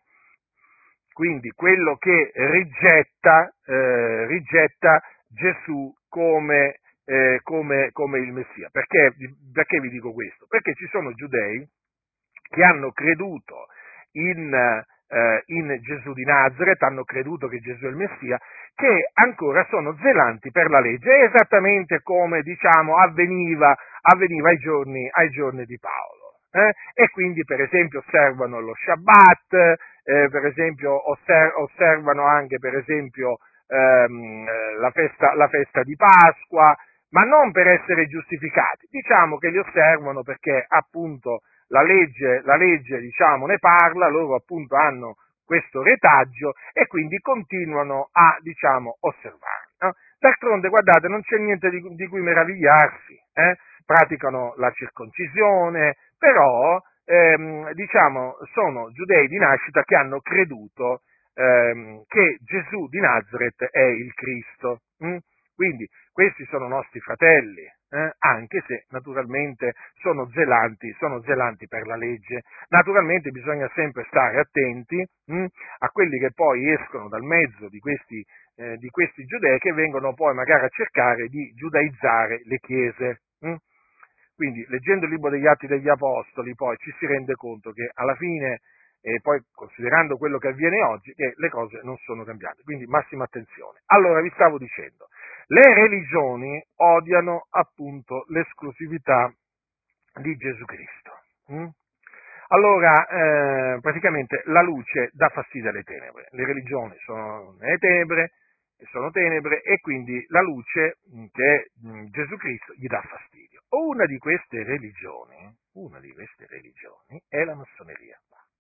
Quindi quello che rigetta, eh, rigetta Gesù come, eh, come, come il Messia. Perché, perché vi dico questo? Perché ci sono giudei che hanno creduto in, eh, in Gesù di Nazaret, hanno creduto che Gesù è il Messia, che ancora sono zelanti per la legge, esattamente come, diciamo, avveniva, avveniva ai giorni, ai giorni di Paolo. Eh? E quindi, per esempio, osservano lo Shabbat, eh, per esempio, osser- osservano anche, per esempio, ehm, la, festa, la festa di Pasqua, ma non per essere giustificati. Diciamo che li osservano perché, appunto, la legge, la legge, diciamo, ne parla, loro appunto hanno questo retaggio e quindi continuano a, diciamo, osservare. No? D'altronde, guardate, non c'è niente di, di cui meravigliarsi, eh? praticano la circoncisione, però, ehm, diciamo, sono giudei di nascita che hanno creduto ehm, che Gesù di Nazaret è il Cristo. Hm? Quindi questi sono nostri fratelli, eh? anche se naturalmente sono zelanti, sono zelanti per la legge. Naturalmente bisogna sempre stare attenti hm? a quelli che poi escono dal mezzo di questi, eh, di questi giudei che vengono poi magari a cercare di giudaizzare le chiese. Hm? Quindi, leggendo il libro degli Atti degli Apostoli, poi ci si rende conto che alla fine, e poi considerando quello che avviene oggi, che le cose non sono cambiate. Quindi, massima attenzione. Allora, vi stavo dicendo, le religioni odiano appunto l'esclusività di Gesù Cristo. Hm? Allora, eh, praticamente la luce dà fastidio alle tenebre. Le religioni sono nelle tenebre, sono tenebre e quindi la luce che è Gesù Cristo gli dà fastidio. Una di queste religioni, una di queste religioni è la massoneria.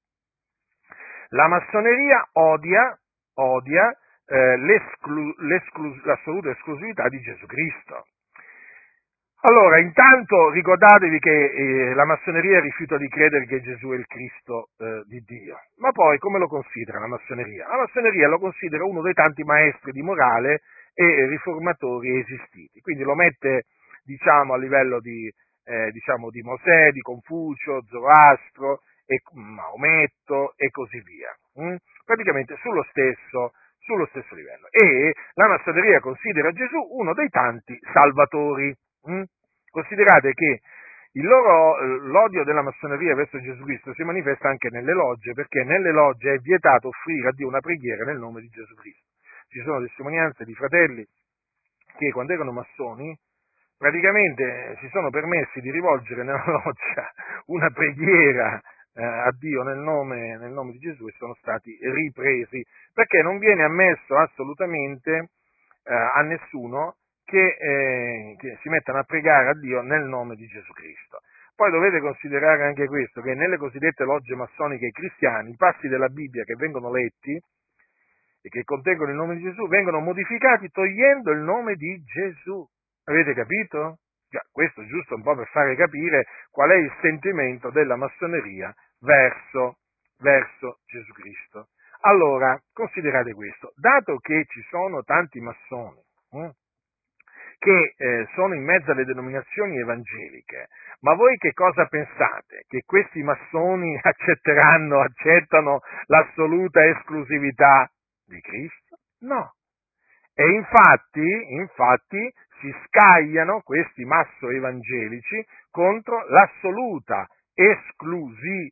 La massoneria odia, odia eh, l'esclu, l'esclu, l'assoluta esclusività di Gesù Cristo. Allora, intanto ricordatevi che eh, la massoneria rifiuta di credere che Gesù è il Cristo eh, di Dio. Ma poi come lo considera la massoneria? La massoneria lo considera uno dei tanti maestri di morale e riformatori esistiti. Quindi lo mette, diciamo, a livello di, eh, diciamo, di Mosè, di Confucio, Zoroastro, e Maometto e così via. Hm? Praticamente sullo stesso, sullo stesso livello. E la massoneria considera Gesù uno dei tanti salvatori. Mm? Considerate che il loro, l'odio della massoneria verso Gesù Cristo si manifesta anche nelle logge, perché nelle logge è vietato offrire a Dio una preghiera nel nome di Gesù Cristo. Ci sono testimonianze di fratelli che quando erano massoni praticamente si sono permessi di rivolgere nella loggia una preghiera eh, a Dio nel nome, nel nome di Gesù e sono stati ripresi, perché non viene ammesso assolutamente eh, a nessuno Che, eh, che si mettano a pregare a Dio nel nome di Gesù Cristo. Poi dovete considerare anche questo, che nelle cosiddette logge massoniche cristiane i passi della Bibbia che vengono letti e che contengono il nome di Gesù vengono modificati togliendo il nome di Gesù. Avete capito? Già, questo giusto un po' per fare capire qual è il sentimento della massoneria verso, verso Gesù Cristo. Allora, considerate questo, dato che ci sono tanti massoni, hm, che eh, sono in mezzo alle denominazioni evangeliche, ma voi che cosa pensate? Che questi massoni accetteranno, accettano l'assoluta esclusività di Cristo? No. E infatti, infatti, si scagliano questi masso evangelici contro l'assoluta esclusività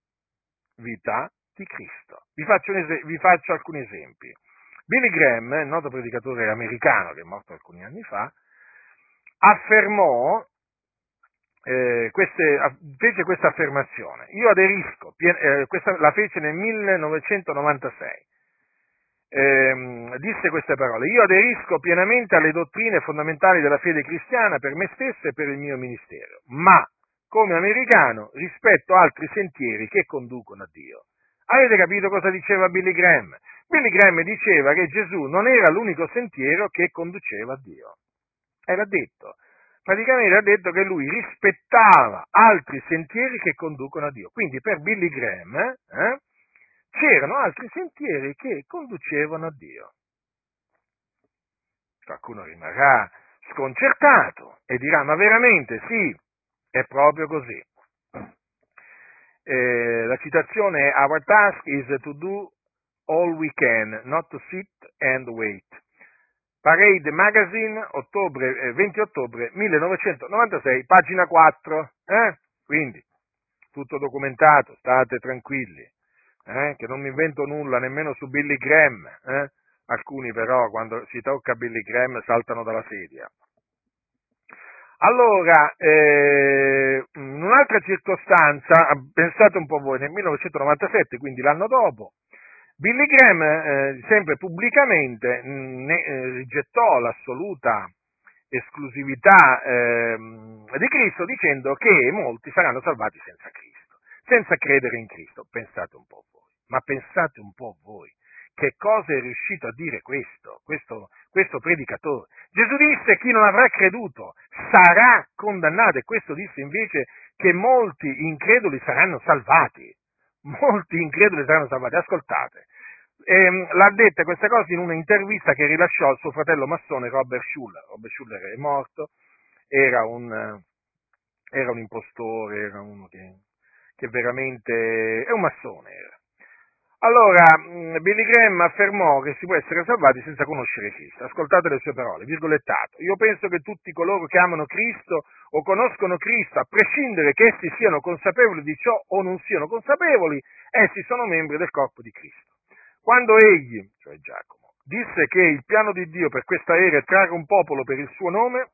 di Cristo. Vi faccio, un es- vi faccio alcuni esempi. Billy Graham, il noto predicatore americano che è morto alcuni anni fa, affermò, eh, queste, fece questa affermazione. Io aderisco, pien- eh, questa, la fece nel millenovecentonovantasei. Eh, disse queste parole: io aderisco pienamente alle dottrine fondamentali della fede cristiana per me stesso e per il mio ministero, ma come americano rispetto altri sentieri che conducono a Dio. Avete capito cosa diceva Billy Graham? Billy Graham diceva che Gesù non era l'unico sentiero che conduceva a Dio. Era detto, praticamente ha detto che lui rispettava altri sentieri che conducono a Dio. Quindi per Billy Graham eh, c'erano altri sentieri che conducevano a Dio. Qualcuno rimarrà sconcertato e dirà: ma veramente sì, è proprio così. Eh, la citazione è: Our task is to do all we can, not to sit and wait. Parade Magazine, ottobre, eh, venti ottobre millenovecentonovantasei, pagina quattro. Eh? Quindi, tutto documentato, state tranquilli, eh? Che non mi invento nulla nemmeno su Billy Graham. Eh? Alcuni però, quando si tocca Billy Graham, saltano dalla sedia. Allora, eh, in un'altra circostanza, pensate un po' voi, nel millenovecentonovantasette, quindi l'anno dopo, Billy Graham, eh, sempre pubblicamente, ne, eh, rigettò l'assoluta esclusività eh, di Cristo, dicendo che molti saranno salvati senza Cristo, senza credere in Cristo. Pensate un po' voi, ma pensate un po' voi, che cosa è riuscito a dire questo, questo, questo predicatore? Gesù disse: chi non avrà creduto sarà condannato, e questo disse invece che molti increduli saranno salvati. Molti increduli saranno salvati. Ascoltate, ehm, l'ha detta questa cosa in un'intervista che rilasciò al suo fratello massone Robert Schuller. Robert Schuller è morto, era un, era un impostore, era uno che, che veramente è un massone. Era. Allora, Billy Graham affermò che si può essere salvati senza conoscere Cristo. Ascoltate le sue parole, virgolettato: io penso che tutti coloro che amano Cristo o conoscono Cristo, a prescindere che essi siano consapevoli di ciò o non siano consapevoli, essi sono membri del corpo di Cristo. Quando egli, cioè Giacomo, disse che il piano di Dio per questa era è trarre un popolo per il suo nome,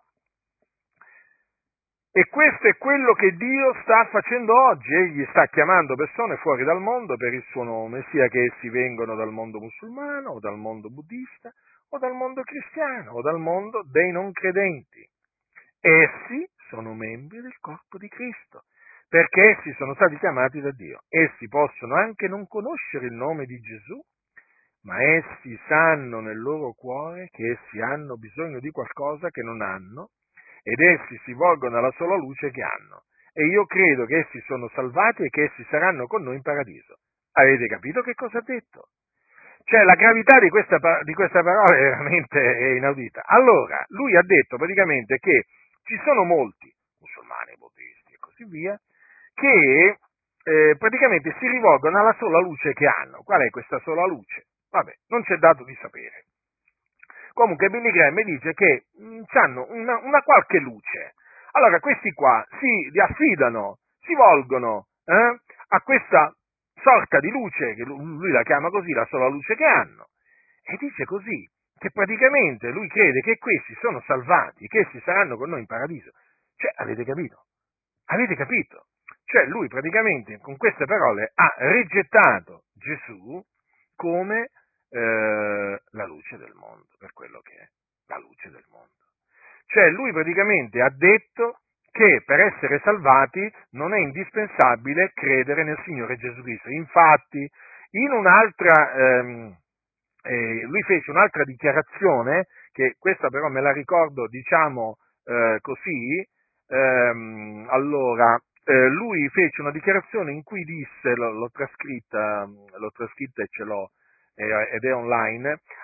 e questo è quello che Dio sta facendo oggi. Egli sta chiamando persone fuori dal mondo per il suo nome, sia che essi vengano dal mondo musulmano, o dal mondo buddista, o dal mondo cristiano, o dal mondo dei non credenti. Essi sono membri del corpo di Cristo, perché essi sono stati chiamati da Dio. Essi possono anche non conoscere il nome di Gesù, ma essi sanno nel loro cuore che essi hanno bisogno di qualcosa che non hanno, ed essi si volgono alla sola luce che hanno. E io credo che essi sono salvati e che essi saranno con noi in paradiso. Avete capito che cosa ha detto? Cioè, la gravità di questa, di questa parola è veramente inaudita. Allora, lui ha detto praticamente che ci sono molti, musulmani, buddisti e così via, che eh, praticamente si rivolgono alla sola luce che hanno. Qual è questa sola luce? Vabbè, non c'è dato di sapere. Comunque Billy Graham dice che hanno una, una qualche luce. Allora questi qua si affidano, si volgono eh, a questa sorta di luce, che lui la chiama così, la sola luce che hanno, e dice così, che praticamente lui crede che questi sono salvati, che essi saranno con noi in paradiso. Cioè, avete capito? Avete capito? Cioè lui praticamente con queste parole ha rigettato Gesù come eh, la luce del mondo, per quello che è la luce del mondo. Cioè lui praticamente ha detto che per essere salvati non è indispensabile credere nel Signore Gesù Cristo. Infatti, in un'altra, ehm, eh, lui fece un'altra dichiarazione, che questa però me la ricordo, diciamo eh, così, ehm, allora, eh, lui fece una dichiarazione in cui disse, l'ho, l'ho trascritta, l'ho trascritta e ce l'ho, ed è online: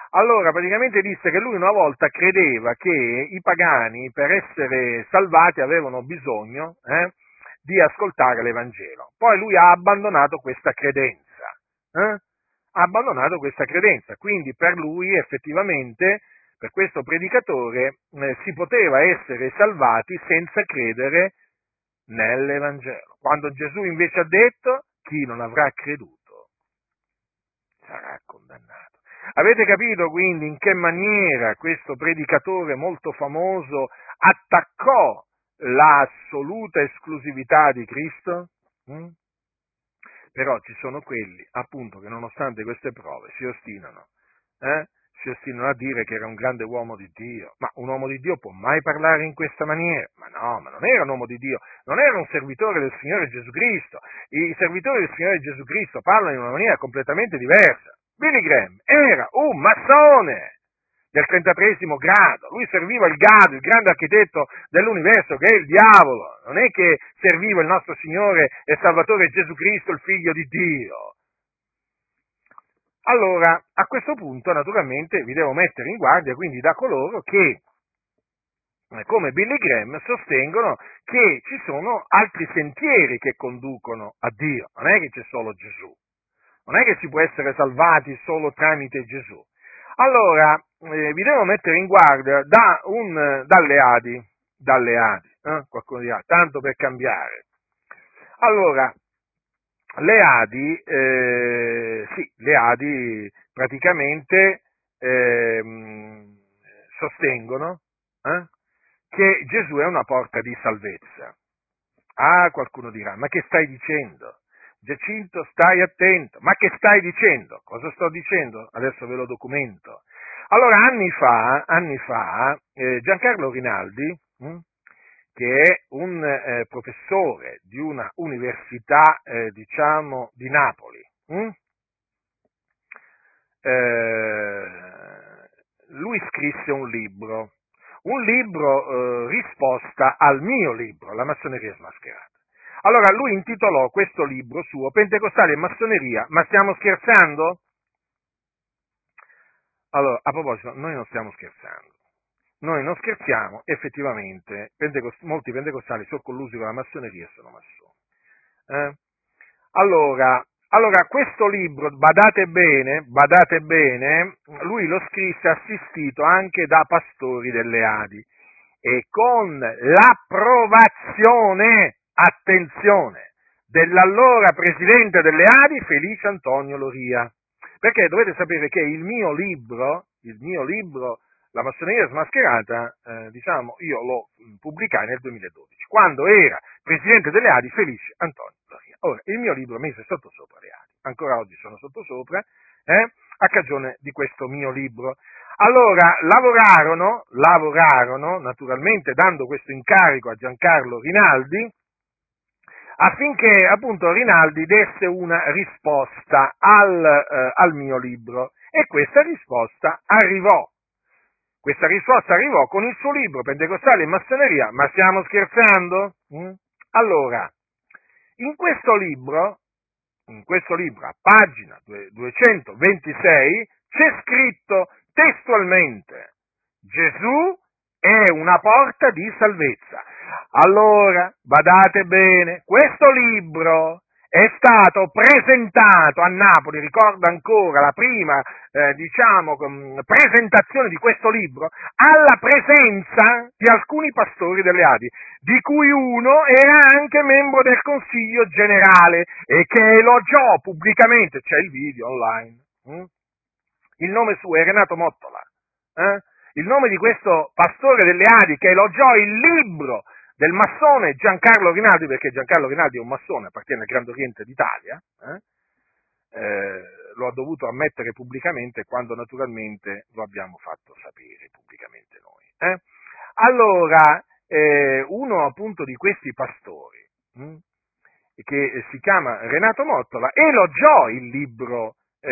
Allora, praticamente disse che lui una volta credeva che i pagani, per essere salvati, avevano bisogno eh, di ascoltare l'Evangelo. Poi lui ha abbandonato questa credenza. Eh? Ha abbandonato questa credenza. Quindi per lui, effettivamente, per questo predicatore, eh, si poteva essere salvati senza credere nell'Evangelo. Quando Gesù invece ha detto: chi non avrà creduto sarà condannato. Avete capito quindi in che maniera questo predicatore molto famoso attaccò l'assoluta esclusività di Cristo? Mm? Però ci sono quelli, appunto, che nonostante queste prove si ostinano, eh? si ostinano a dire che era un grande uomo di Dio. Ma un uomo di Dio può mai parlare in questa maniera? Ma no, ma non era un uomo di Dio, non era un servitore del Signore Gesù Cristo. I servitori del Signore Gesù Cristo parlano in una maniera completamente diversa. Billy Graham era un massone del trentatreesimo grado, lui serviva il Gad, il grande architetto dell'universo che è il diavolo, non è che serviva il nostro Signore e Salvatore Gesù Cristo, il Figlio di Dio. Allora, a questo punto, naturalmente, vi devo mettere in guardia quindi da coloro che, come Billy Graham, sostengono che ci sono altri sentieri che conducono a Dio, non è che c'è solo Gesù, non è che si può essere salvati solo tramite Gesù. Allora, eh, vi devo mettere in guardia da un, dalle Adi, dalle Adi, eh? qualcuno dirà, tanto per cambiare. Allora, le Adi, eh, sì, le Adi praticamente eh, sostengono eh, che Gesù è una porta di salvezza. Ah, qualcuno dirà, ma che stai dicendo? Giacinto, stai attento. Ma che stai dicendo? Cosa sto dicendo? Adesso ve lo documento. Allora, anni fa, anni fa eh, Giancarlo Rinaldi, hm, che è un eh, professore di una università, eh, diciamo, di Napoli, hm, eh, lui scrisse un libro, un libro eh, risposta al mio libro, La massoneria smascherata. Allora lui intitolò questo libro suo Pentecostale e massoneria, ma stiamo scherzando? Allora, a proposito, noi non stiamo scherzando. Noi non scherziamo, effettivamente, pentecost- molti pentecostali sono collusi con la massoneria e sono massoni. Eh? Allora, allora, questo libro, badate bene, badate bene, lui lo scrisse assistito anche da pastori delle Adi e con l'approvazione, attenzione, dell'allora presidente delle Adi, Felice Antonio Loria. Perché dovete sapere che il mio libro, il mio libro, La massoneria smascherata, eh, diciamo, io lo pubblicai nel duemiladodici, quando era presidente delle Adi Felice Antonio Loria. Ora, il mio libro mise sotto sopra le Adi, ancora oggi sono sotto sopra, eh, a cagione di questo mio libro. Allora, lavorarono, lavorarono, naturalmente dando questo incarico a Giancarlo Rinaldi, affinché appunto Rinaldi desse una risposta al, eh, al mio libro, e questa risposta arrivò. Questa risposta arrivò con il suo libro Pentecostale e massoneria, ma stiamo scherzando? Mm? Allora, in questo libro, in questo libro, a pagina duecentoventisei, c'è scritto testualmente: Gesù è una porta di salvezza. Allora, badate bene, questo libro è stato presentato a Napoli, ricordo ancora la prima, eh, diciamo, presentazione di questo libro, alla presenza di alcuni pastori delle Adi, di cui uno era anche membro del Consiglio Generale e che elogiò pubblicamente, c'è il video online, hm? Il nome suo è Renato Mottola, eh? Il nome di questo pastore delle Adi che elogiò il libro del massone Giancarlo Rinaldi, perché Giancarlo Rinaldi è un massone, appartiene al Grande Oriente d'Italia, eh? Eh, lo ha dovuto ammettere pubblicamente quando naturalmente lo abbiamo fatto sapere pubblicamente noi. Eh? Allora, eh, uno appunto di questi pastori, hm, che si chiama Renato Mottola, elogiò il libro,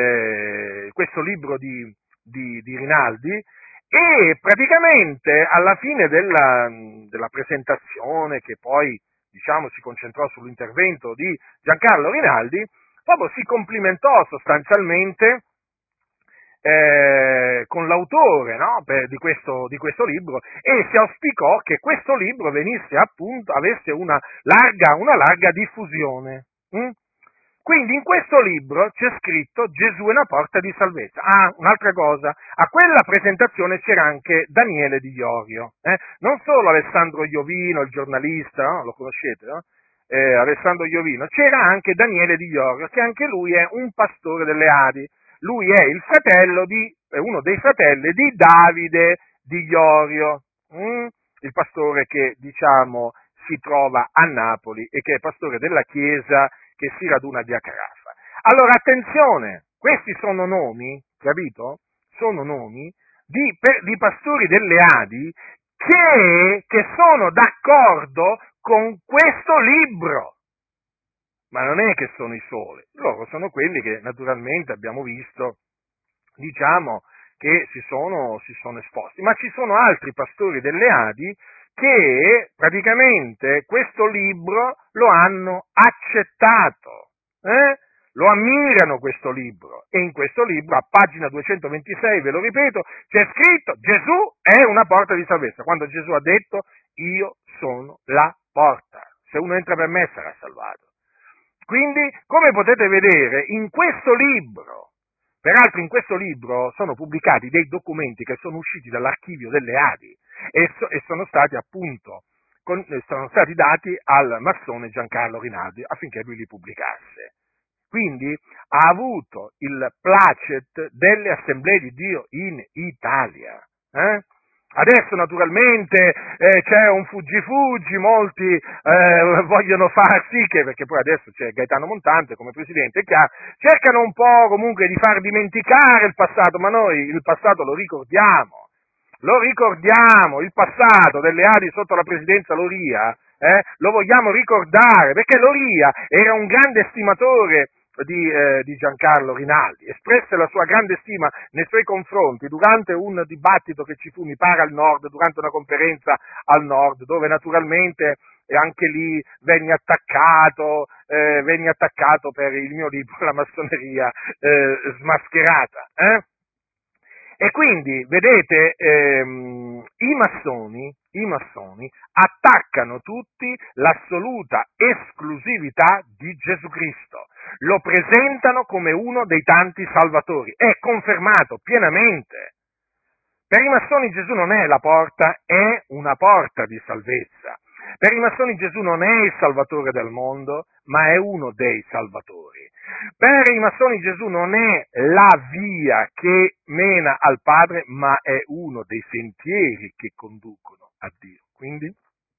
eh, questo libro di, di, di Rinaldi, e praticamente alla fine della, della presentazione, che poi diciamo si concentrò sull'intervento di Giancarlo Rinaldi, proprio si complimentò sostanzialmente eh, con l'autore, no? Per, di, questo, di questo libro, e si auspicò che questo libro venisse appunto, avesse una larga, una larga diffusione. Hm? Quindi in questo libro c'è scritto Gesù è una porta di salvezza. Ah, un'altra cosa, a quella presentazione c'era anche Daniele Di Iorio, eh? Non solo Alessandro Iovino, il giornalista, no? Lo conoscete, no? Eh, Alessandro Iovino, c'era anche Daniele Di Iorio, che anche lui è un pastore delle Adi. Lui è il fratello di, è uno dei fratelli di Davide Di Iorio, hm? Il pastore che, diciamo, si trova a Napoli e che è pastore della chiesa che si raduna a Via Carafa. Allora, attenzione, questi sono nomi, capito? Sono nomi di, per, di pastori delle Adi che, che sono d'accordo con questo libro. Ma non è che sono i soli, loro sono quelli che naturalmente abbiamo visto, diciamo, che si sono, si sono esposti, ma ci sono altri pastori delle Adi che praticamente questo libro lo hanno accettato, eh? Lo ammirano questo libro, e in questo libro, a pagina duecentoventisei, ve lo ripeto, c'è scritto Gesù è una porta di salvezza, quando Gesù ha detto io sono la porta, se uno entra per me sarà salvato. Quindi, come potete vedere, in questo libro, peraltro in questo libro sono pubblicati dei documenti che sono usciti dall'archivio delle Adi e, so, e sono stati appunto con, sono stati dati al massone Giancarlo Rinaldi affinché lui li pubblicasse. Quindi ha avuto il placet delle Assemblee di Dio in Italia. Eh? Adesso naturalmente eh, c'è un fuggi-fuggi, molti eh, vogliono far sì che, perché poi adesso c'è Gaetano Montante come presidente, è chiaro, cercano un po' comunque di far dimenticare il passato, ma noi il passato lo ricordiamo, lo ricordiamo, il passato delle Adi sotto la presidenza Loria, eh, lo vogliamo ricordare, perché Loria era un grande estimatore Di, eh, di Giancarlo Rinaldi, espresse la sua grande stima nei suoi confronti durante un dibattito che ci fu, mi pare, al nord, durante una conferenza al nord, dove naturalmente eh, anche lì venne attaccato, eh, venne attaccato per il mio libro La massoneria eh, smascherata. Eh? E quindi, vedete, ehm, i massoni, i massoni attaccano tutti l'assoluta esclusività di Gesù Cristo, lo presentano come uno dei tanti salvatori, è confermato pienamente. Per i massoni Gesù non è la porta, è una porta di salvezza. Per i massoni Gesù non è il salvatore del mondo, ma è uno dei salvatori. Per i massoni Gesù non è la via che mena al Padre, ma è uno dei sentieri che conducono a Dio. Quindi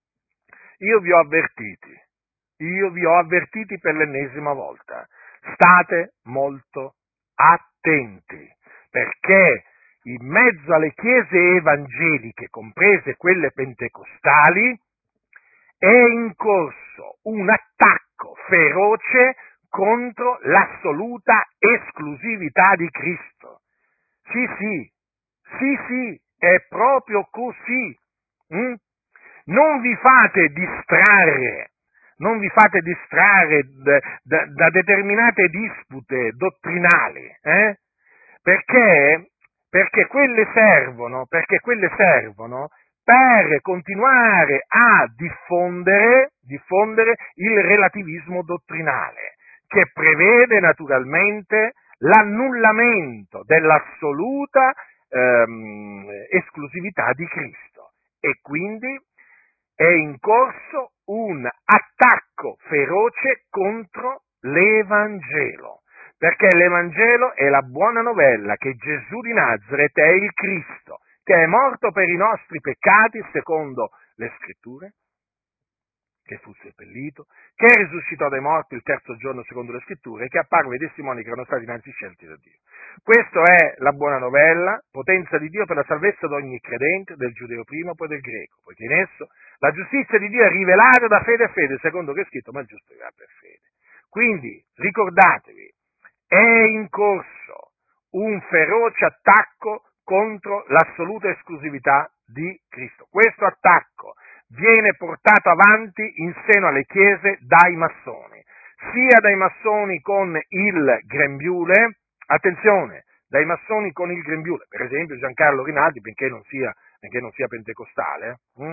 io vi ho avvertiti, io vi ho avvertiti per l'ennesima volta, state molto attenti, perché in mezzo alle chiese evangeliche, comprese quelle pentecostali, è in corso un attacco feroce contro l'assoluta esclusività di Cristo. Sì, sì, sì, sì, è proprio così. Mm? Non vi fate distrarre, non vi fate distrarre da, da, da determinate dispute dottrinali, eh? Perché, perché quelle servono, perché quelle servono per continuare a diffondere, diffondere il relativismo dottrinale, che prevede naturalmente l'annullamento dell'assoluta ehm, esclusività di Cristo. E quindi è in corso un attacco feroce contro l'Evangelo, perché l'Evangelo è la buona novella che Gesù di Nazaret è il Cristo, che è morto per i nostri peccati secondo le Scritture, che fu seppellito, che risuscitò dai morti il terzo giorno secondo le Scritture e che apparve ai testimoni che erano stati innanzi scelti da Dio. Questa è la buona novella, potenza di Dio per la salvezza di ogni credente, del giudeo prima, poi del greco, poiché in esso la giustizia di Dio è rivelata da fede a fede, secondo che è scritto, ma il giusto vivrà per fede. Quindi, ricordatevi, è in corso un feroce attacco contro l'assoluta esclusività di Cristo. Questo attacco viene portato avanti in seno alle chiese dai massoni, sia dai massoni con il grembiule, attenzione, dai massoni con il grembiule. Per esempio Giancarlo Rinaldi, benché non sia, benché non sia pentecostale, hm?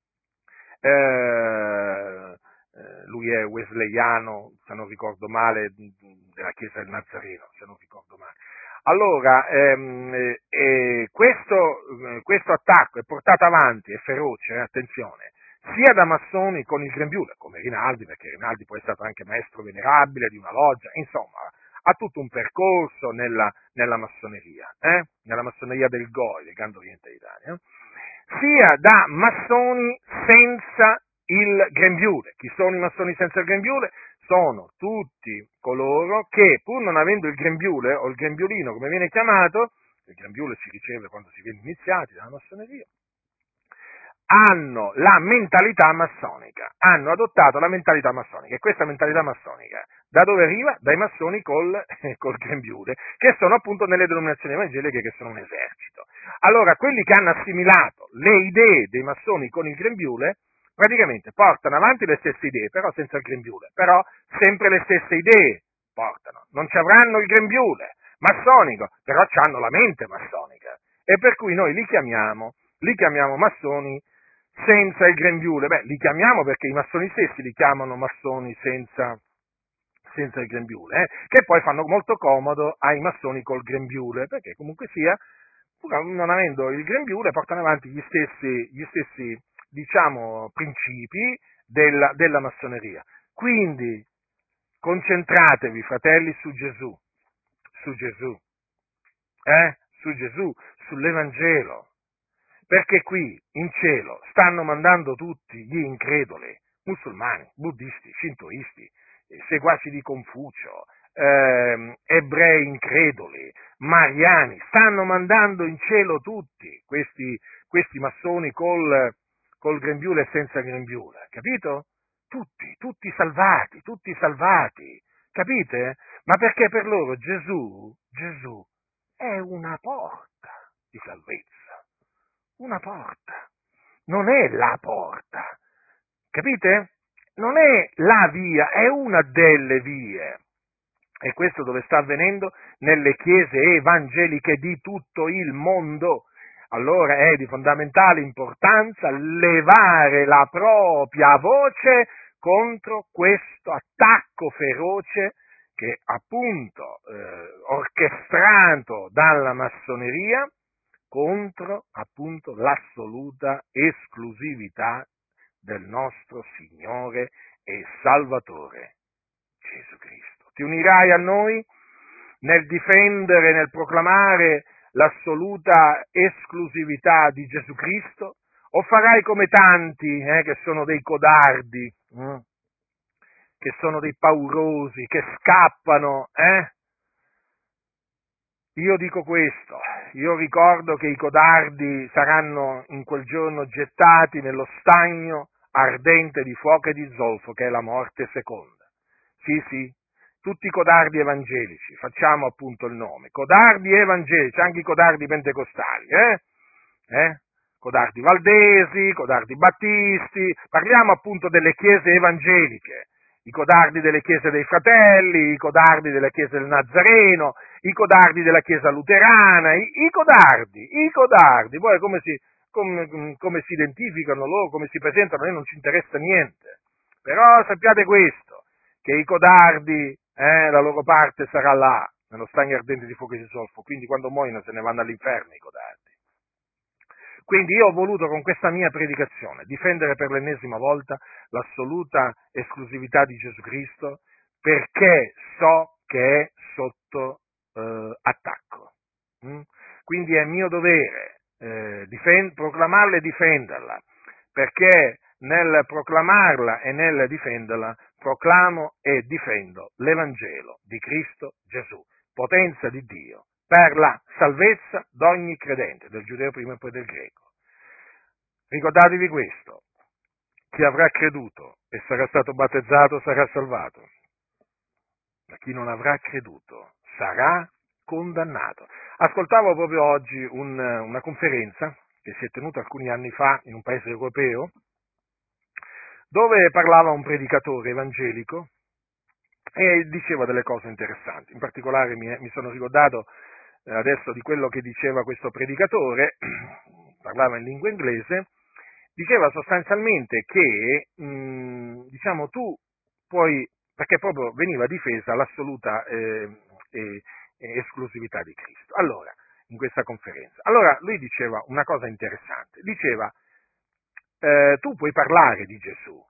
eh, eh, lui è wesleyano, se non ricordo male, della Chiesa del Nazareno, se non ricordo male. Allora, ehm, eh, eh, questo, eh, questo attacco è portato avanti, è feroce, eh, attenzione, sia da massoni con il grembiule, come Rinaldi, perché Rinaldi poi è stato anche maestro venerabile di una loggia, insomma, ha tutto un percorso nella, nella massoneria, eh? nella massoneria del G O I, del Grande Oriente d'Italia, sia da massoni senza il grembiule. Chi sono i massoni senza il grembiule? Sono tutti coloro che, pur non avendo il grembiule, o il grembiulino come viene chiamato, il grembiule si riceve quando si viene iniziati dalla massoneria, hanno la mentalità massonica, hanno adottato la mentalità massonica, e questa mentalità massonica da dove arriva? Dai massoni col, col grembiule, che sono appunto nelle denominazioni evangeliche, che sono un esercito. Allora, quelli che hanno assimilato le idee dei massoni con il grembiule, praticamente portano avanti le stesse idee, però senza il grembiule, però sempre le stesse idee portano, non ci avranno il grembiule massonico, però hanno la mente massonica, e per cui noi li chiamiamo, li chiamiamo massoni senza il grembiule. Beh, li chiamiamo perché i massoni stessi li chiamano massoni senza, senza il grembiule, eh? Che poi fanno molto comodo ai massoni col grembiule, perché comunque sia, non avendo il grembiule, portano avanti gli stessi, gli stessi diciamo, principi della, della massoneria. Quindi, concentratevi, fratelli, su Gesù, su Gesù, eh? su Gesù, sull'Evangelo, perché qui in cielo stanno mandando tutti gli increduli, musulmani, buddisti, shintoisti, seguaci di Confucio, eh, ebrei increduli, mariani, stanno mandando in cielo tutti questi, questi massoni col, col grembiule e senza grembiule, capito? Tutti, tutti salvati, tutti salvati, capite? Ma perché per loro Gesù, Gesù è una porta di salvezza. Una porta, non è la porta, capite? Non è la via, è una delle vie. E questo dove sta avvenendo? Nelle chiese evangeliche di tutto il mondo. Allora è di fondamentale importanza levare la propria voce contro questo attacco feroce che appunto eh, orchestrato dalla massoneria contro appunto l'assoluta esclusività del nostro Signore e Salvatore Gesù Cristo. Ti unirai a noi nel difendere, nel proclamare l'assoluta esclusività di Gesù Cristo, o farai come tanti eh, che sono dei codardi, hm? che sono dei paurosi, che scappano, eh? Io dico questo, io ricordo che i codardi saranno in quel giorno gettati nello stagno ardente di fuoco e di zolfo, che è la morte seconda. Sì, sì, tutti i codardi evangelici, facciamo appunto il nome, codardi evangelici, anche i codardi pentecostali, eh? eh? Codardi valdesi, codardi battisti, parliamo appunto delle chiese evangeliche, i codardi delle chiese dei fratelli, i codardi della chiesa del Nazareno, i codardi della chiesa luterana, i, i codardi, i codardi, poi come si, come, come si identificano loro, come si presentano, a noi non ci interessa niente, però sappiate questo, che i codardi, eh, la loro parte sarà là, nello stagno ardente di fuoco e di zolfo, quindi quando muoiono se ne vanno all'inferno i codardi. Quindi io ho voluto con questa mia predicazione difendere per l'ennesima volta l'assoluta esclusività di Gesù Cristo, perché so che è sotto eh, attacco. Mm? Quindi è mio dovere eh, difend- proclamarla e difenderla, perché nel proclamarla e nel difenderla proclamo e difendo l'Evangelo di Cristo Gesù, potenza di Dio, per la salvezza d'ogni credente, del giudeo prima e poi del greco. Ricordatevi questo, chi avrà creduto e sarà stato battezzato sarà salvato, ma chi non avrà creduto sarà condannato. Ascoltavo proprio oggi un, una conferenza che si è tenuta alcuni anni fa in un paese europeo, dove parlava un predicatore evangelico e diceva delle cose interessanti. In particolare mi, mi sono ricordato eh, adesso di quello che diceva questo predicatore, parlava in lingua inglese, diceva sostanzialmente che, mh, diciamo, tu puoi, perché proprio veniva difesa l'assoluta eh, eh, esclusività di Cristo. Allora, in questa conferenza. Allora, lui diceva una cosa interessante, diceva, eh, tu puoi parlare di Gesù,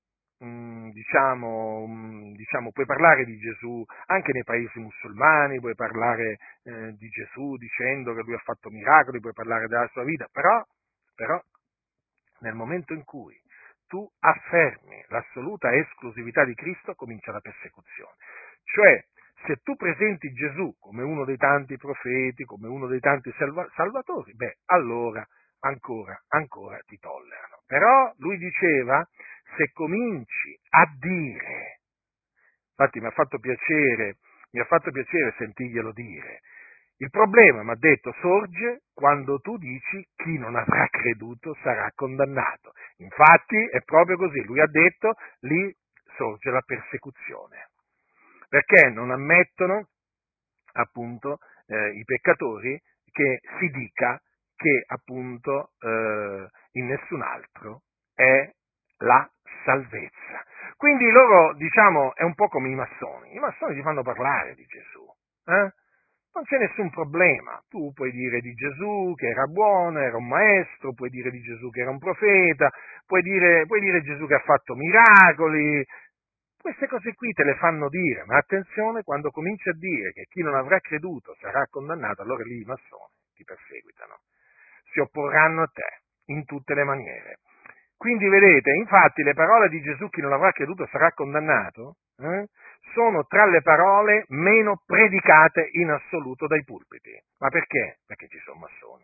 mh, diciamo, mh, diciamo, puoi parlare di Gesù anche nei paesi musulmani, puoi parlare eh, di Gesù dicendo che lui ha fatto miracoli, puoi parlare della sua vita, però, però nel momento in cui tu affermi l'assoluta esclusività di Cristo, comincia la persecuzione. Cioè, se tu presenti Gesù come uno dei tanti profeti, come uno dei tanti salva- salvatori, beh, allora ancora, ancora ti tollerano. Però lui diceva, se cominci a dire, infatti mi ha fatto piacere, mi ha fatto piacere sentirglielo dire, il problema, mi ha detto, sorge quando tu dici chi non avrà creduto sarà condannato. Infatti è proprio così, lui ha detto, lì sorge la persecuzione, perché non ammettono appunto eh, i peccatori che si dica che appunto eh, in nessun altro è la salvezza. Quindi loro, diciamo, è un po' come i massoni, i massoni ti fanno parlare di Gesù, eh? Non c'è nessun problema, tu puoi dire di Gesù che era buono, era un maestro, puoi dire di Gesù che era un profeta, puoi dire, puoi dire Gesù che ha fatto miracoli, queste cose qui te le fanno dire, ma attenzione, quando cominci a dire che chi non avrà creduto sarà condannato, allora lì i massoni ti perseguitano, si opporranno a te in tutte le maniere. Quindi vedete, infatti le parole di Gesù, chi non avrà creduto sarà condannato, eh, sono tra le parole meno predicate in assoluto dai pulpiti. Ma perché? Perché ci sono massoni.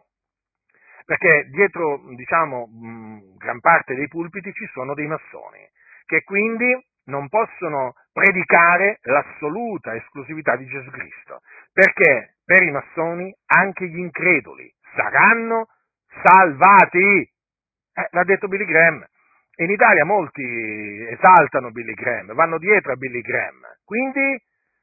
Perché dietro, diciamo, mh, gran parte dei pulpiti ci sono dei massoni, che quindi non possono predicare l'assoluta esclusività di Gesù Cristo, perché per i massoni anche gli increduli saranno salvati. Eh, l'ha detto Billy Graham. In Italia molti esaltano Billy Graham, vanno dietro a Billy Graham. Quindi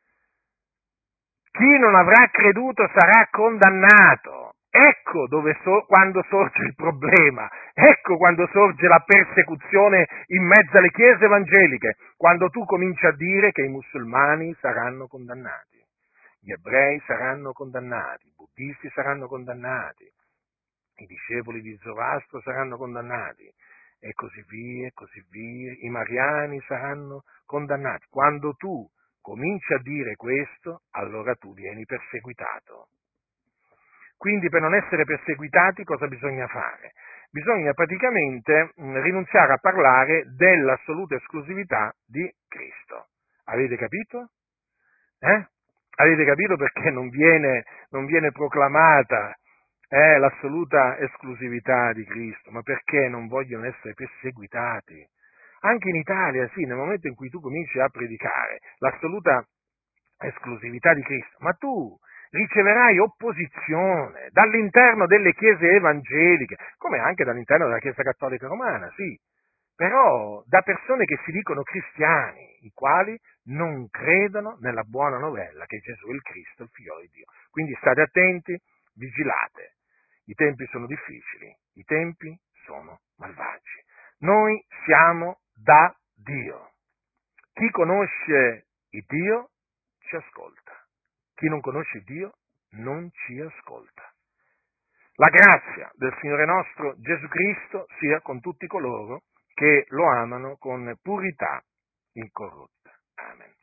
chi non avrà creduto sarà condannato. Ecco dove so, quando sorge il problema, ecco quando sorge la persecuzione in mezzo alle chiese evangeliche, quando tu cominci a dire che i musulmani saranno condannati, gli ebrei saranno condannati, i buddisti saranno condannati, i discepoli di Zoroastro saranno condannati, e così via, e così via, i mariani saranno condannati. Quando tu cominci a dire questo, allora tu vieni perseguitato. Quindi per non essere perseguitati cosa bisogna fare? Bisogna praticamente mh, rinunziare a parlare dell'assoluta esclusività di Cristo. Avete capito? Eh? Avete capito perché non viene, non viene proclamata eh, l'assoluta esclusività di Cristo? Ma perché non vogliono essere perseguitati? Anche in Italia, sì, nel momento in cui tu cominci a predicare l'assoluta esclusività di Cristo, ma tu riceverai opposizione dall'interno delle chiese evangeliche, come anche dall'interno della Chiesa Cattolica Romana, sì, però da persone che si dicono cristiani, i quali non credono nella buona novella che Gesù è il Cristo, il Figlio di Dio. Quindi state attenti, vigilate. I tempi sono difficili, i tempi sono malvagi. Noi siamo da Dio. Chi conosce il Dio ci ascolta. Chi non conosce Dio non ci ascolta. La grazia del Signore nostro Gesù Cristo sia con tutti coloro che lo amano con purità incorrotta. Amen.